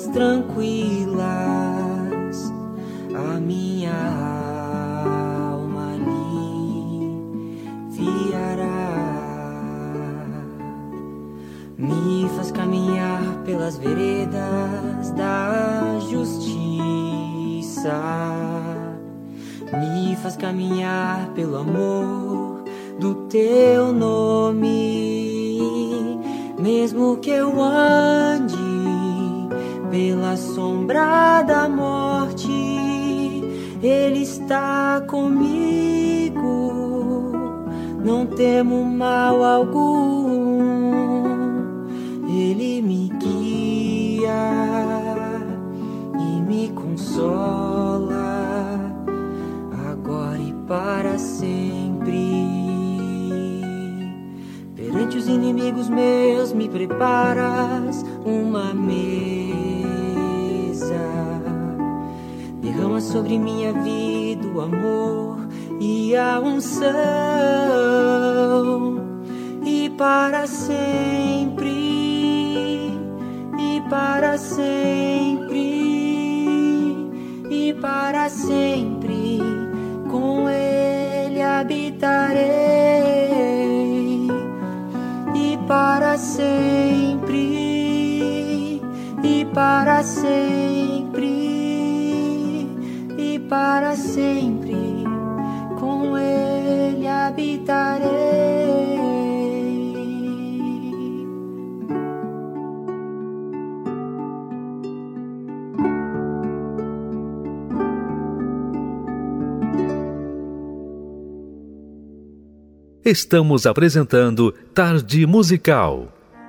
águas tranquilas, a minha alma aliviará. Me faz caminhar pelas veredas da justiça, me faz caminhar pelo amor do teu nome. Mesmo que eu ande pela sombra da morte, Ele está comigo, não temo mal algum. Ele me guia e me consola, agora e para sempre. Perante os inimigos meus me preparas uma mesa, derrama sobre minha vida o amor e a unção, e para sempre, e para sempre, e para sempre, com Ele habitarei, e para sempre, e para sempre, e para sempre, com Ele habitarei. Estamos apresentando Tarde Musical.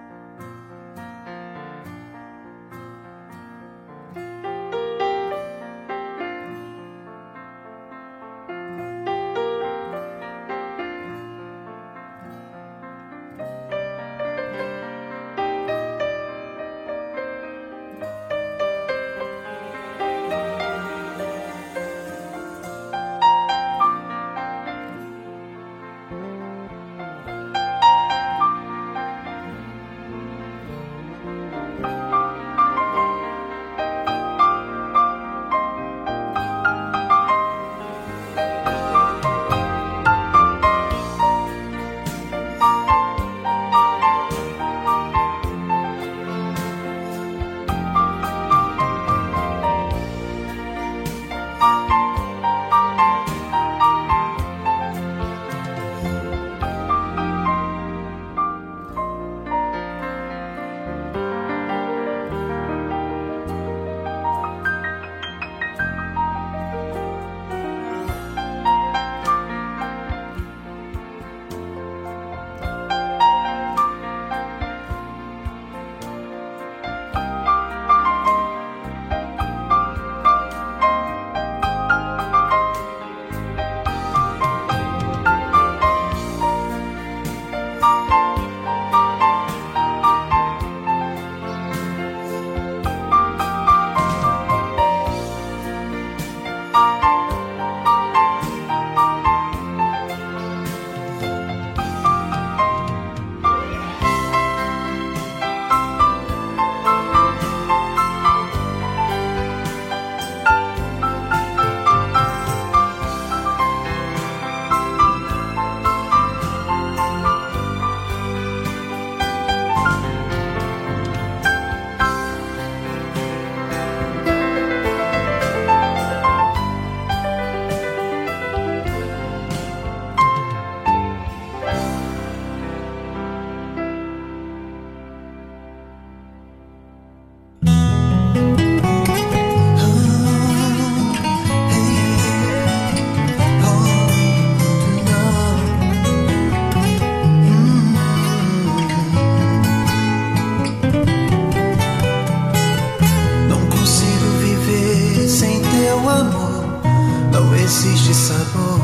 existe sabor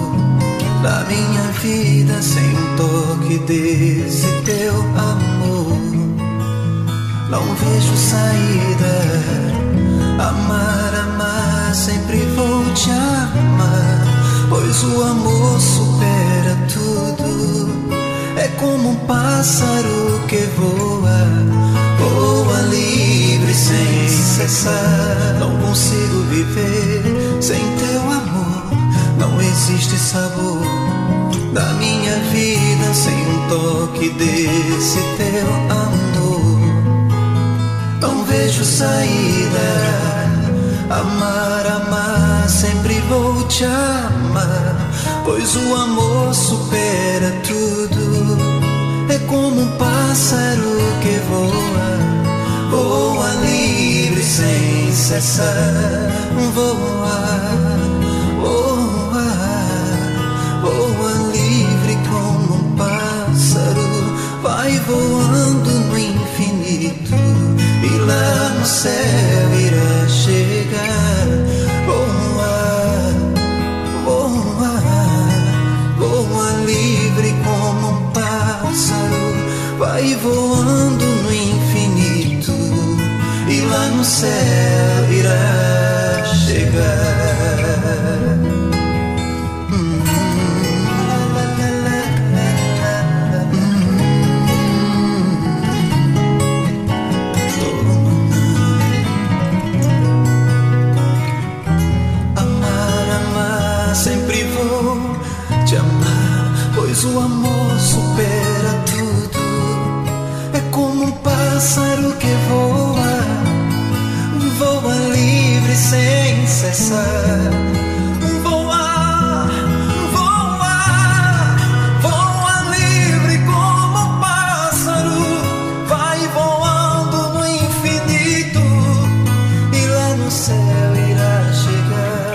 na minha vida sem um toque desse teu amor. Não vejo saída, amar, amar, sempre vou te amar, pois o amor supera tudo. É como um pássaro que voa, voa livre sem cessar. Não consigo viver sem teu amor. Não existe sabor na minha vida sem um toque desse teu amor. Não vejo saída. Amar, amar, sempre vou te amar, pois o amor supera tudo. É como um pássaro que voa, voa livre sem cessar. Voa, voa, voa livre como um pássaro. Vai voando no infinito e lá no céu irá chegar. Voa, voa, voa livre como um pássaro. Vai voando no infinito e lá no céu irá chegar. Sempre vou te amar, pois o amor supera tudo. É como um pássaro que voa, voa livre sem cessar. Voa, voa, voa livre como um pássaro. Vai voando no infinito e lá no céu irá chegar.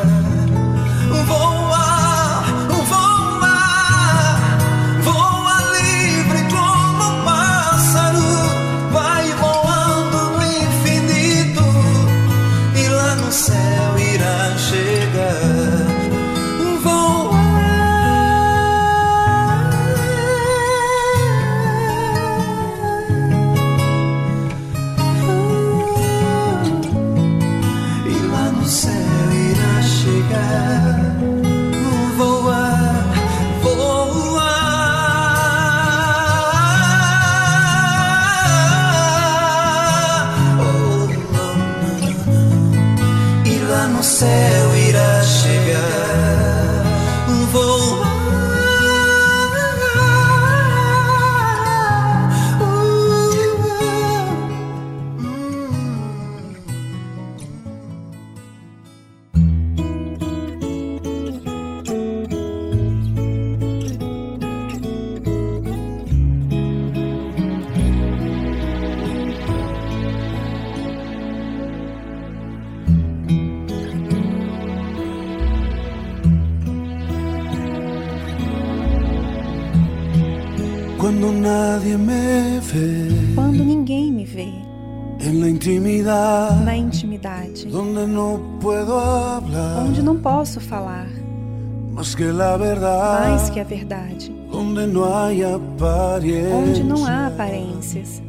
No céu irá chegar, voar. Quando ninguém me vê, na intimidade, onde não posso falar, mais que a verdade, onde não há aparências,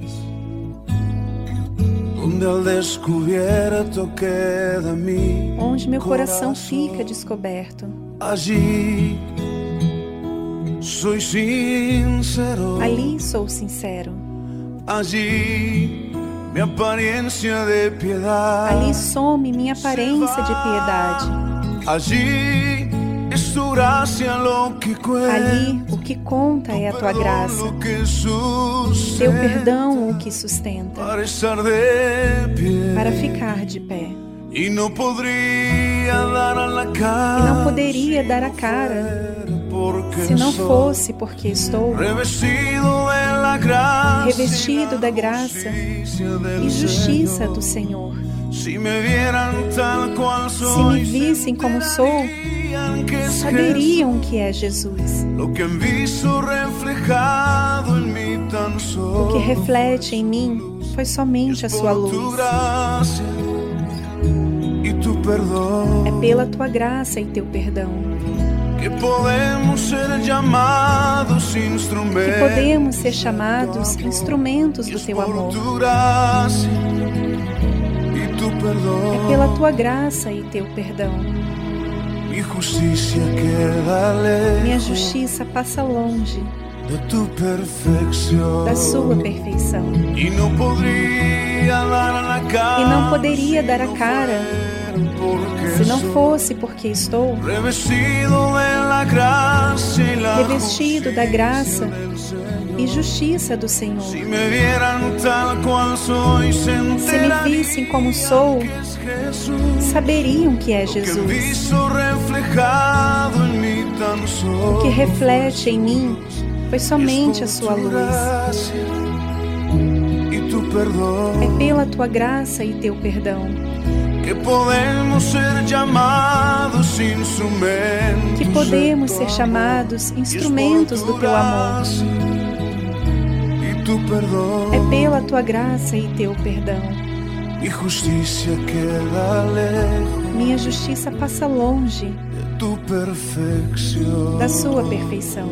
onde meu coração fica descoberto. Ali sou sincero. Ali some minha aparência de piedade. Ali o que conta é a tua graça, teu perdão o que sustenta, para ficar de pé. E não poderia dar a cara se não fosse porque estou revestido da graça e justiça do Senhor. Se me vissem como sou, saberiam o que é Jesus. O que reflete em mim foi somente a sua luz. É pela tua graça e teu perdão que podemos ser chamados instrumentos do teu amor. É pela tua graça e teu perdão. Minha justiça passa longe da sua perfeição. E não poderia dar a cara se não fosse porque estou revestido da graça e justiça do Senhor. Se me vissem como sou, saberiam que é Jesus. O que reflete em mim foi somente a sua luz. É pela tua graça e teu perdão que podemos ser chamados instrumentos do teu amor. É pela tua graça e teu perdão. Minha justiça passa longe da sua perfeição.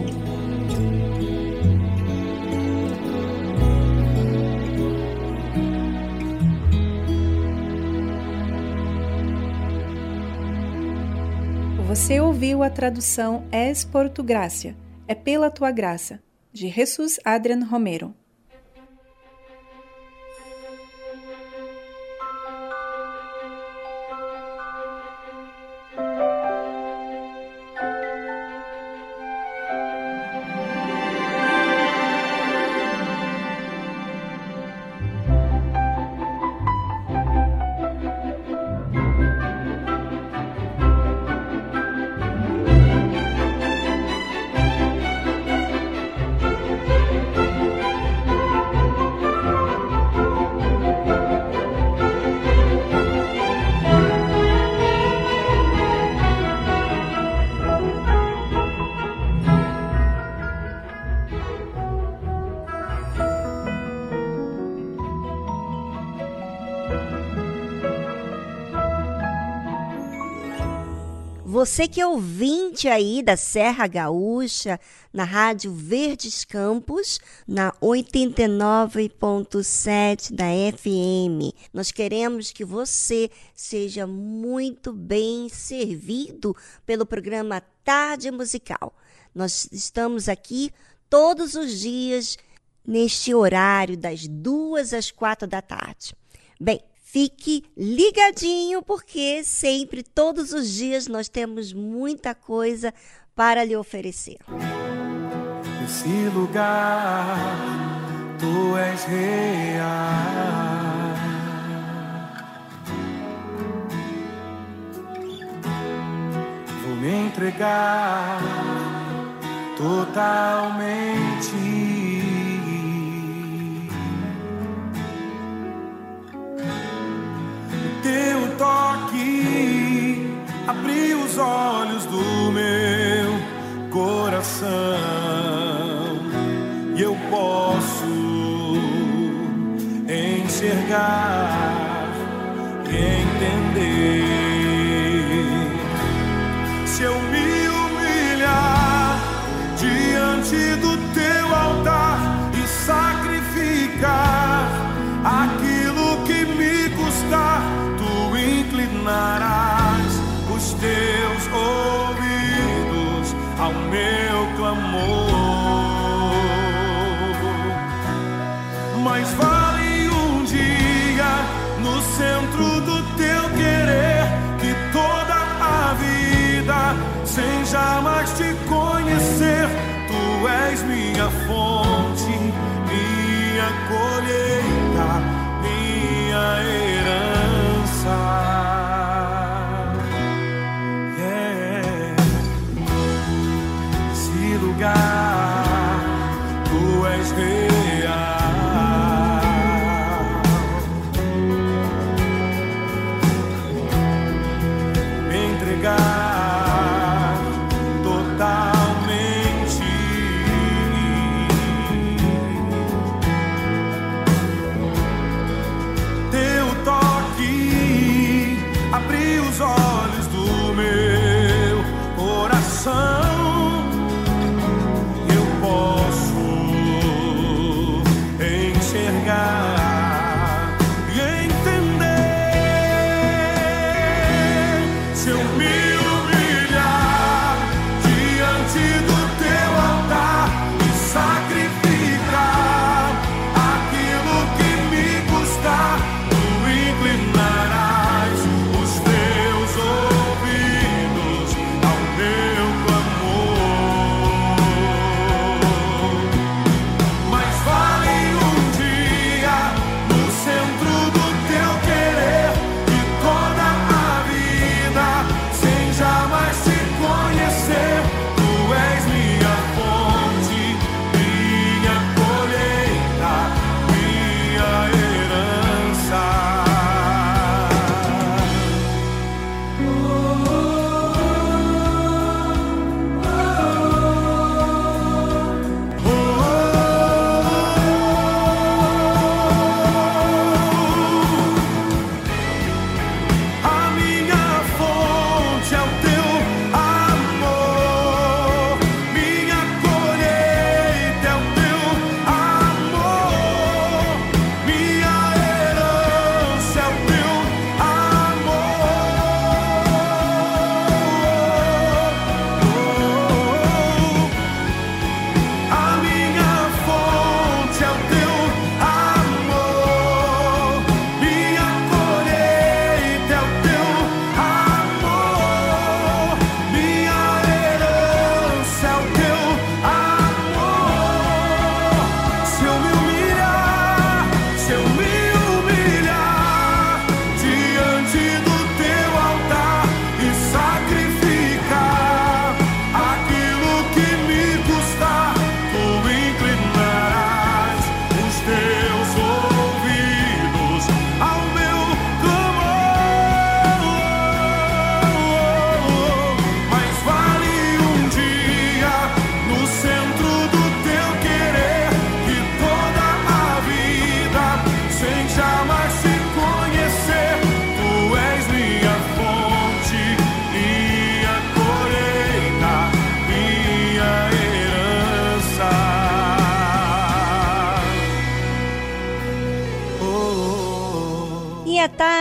Você ouviu a tradução Es por tu gracia, é pela tua graça, de Jesus Adrián Romero. Você que é ouvinte aí da Serra Gaúcha, na Rádio Verdes Campos, na 89.7 da FM. Nós queremos que você seja muito bem servido pelo programa Tarde Musical. Nós estamos aqui todos os dias, neste horário das 2 às 4 da tarde. Bem, fique ligadinho, porque sempre, todos os dias, nós temos muita coisa para lhe oferecer. Nesse lugar, tu és real. Vou me entregar totalmente. Teu toque abriu os olhos do meu coração e eu posso enxergar e entender. Se eu me humilhar diante do teu altar e sacrificar aquilo que me custar, inclinarás os teus ouvidos ao meu clamor. Mas vale um dia no centro do teu querer que toda a vida sem jamais te conhecer. Tu és minha fonte, minha colheita, minha herança. Esse lugar, tu és real.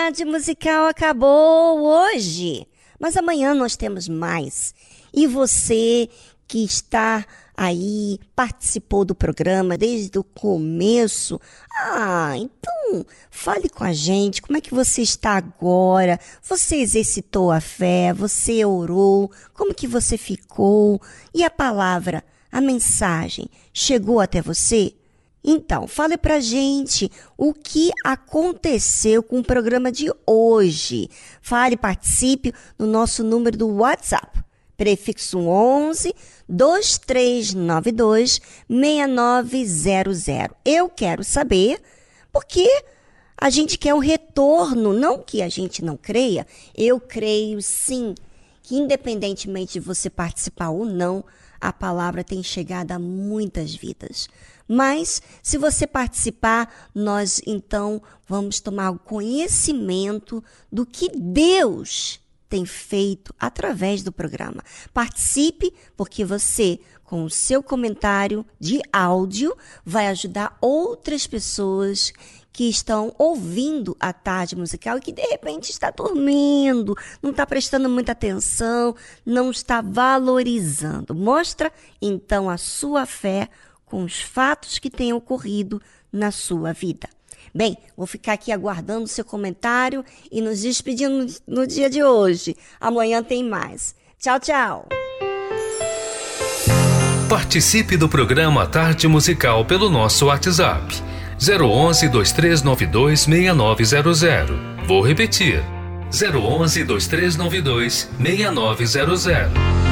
Tarde Musical acabou hoje, mas amanhã nós temos mais. E você que está aí, participou do programa desde o começo, então fale com a gente, como é que você está agora? Você exercitou a fé? Você orou? Como que você ficou? E a palavra, a mensagem, chegou até você? Então, fale pra gente o que aconteceu com o programa de hoje. Fale, participe no nosso número do WhatsApp. Prefixo 11 2392 6900. Eu quero saber porque a gente quer um retorno, não que a gente não creia. Eu creio sim que independentemente de você participar ou não, a palavra tem chegado a muitas vidas. Mas, se você participar, nós então vamos tomar o conhecimento do que Deus tem feito através do programa. Participe, porque você, com o seu comentário de áudio, vai ajudar outras pessoas que estão ouvindo a Tarde Musical e que, de repente, está dormindo, não está prestando muita atenção, não está valorizando. Mostra, então, a sua fé com os fatos que têm ocorrido na sua vida. Bem, vou ficar aqui aguardando o seu comentário e nos despedindo no dia de hoje. Amanhã tem mais. Tchau, tchau. Participe do programa Tarde Musical pelo nosso WhatsApp 011 2392 6900. Vou repetir: 011 2392 6900.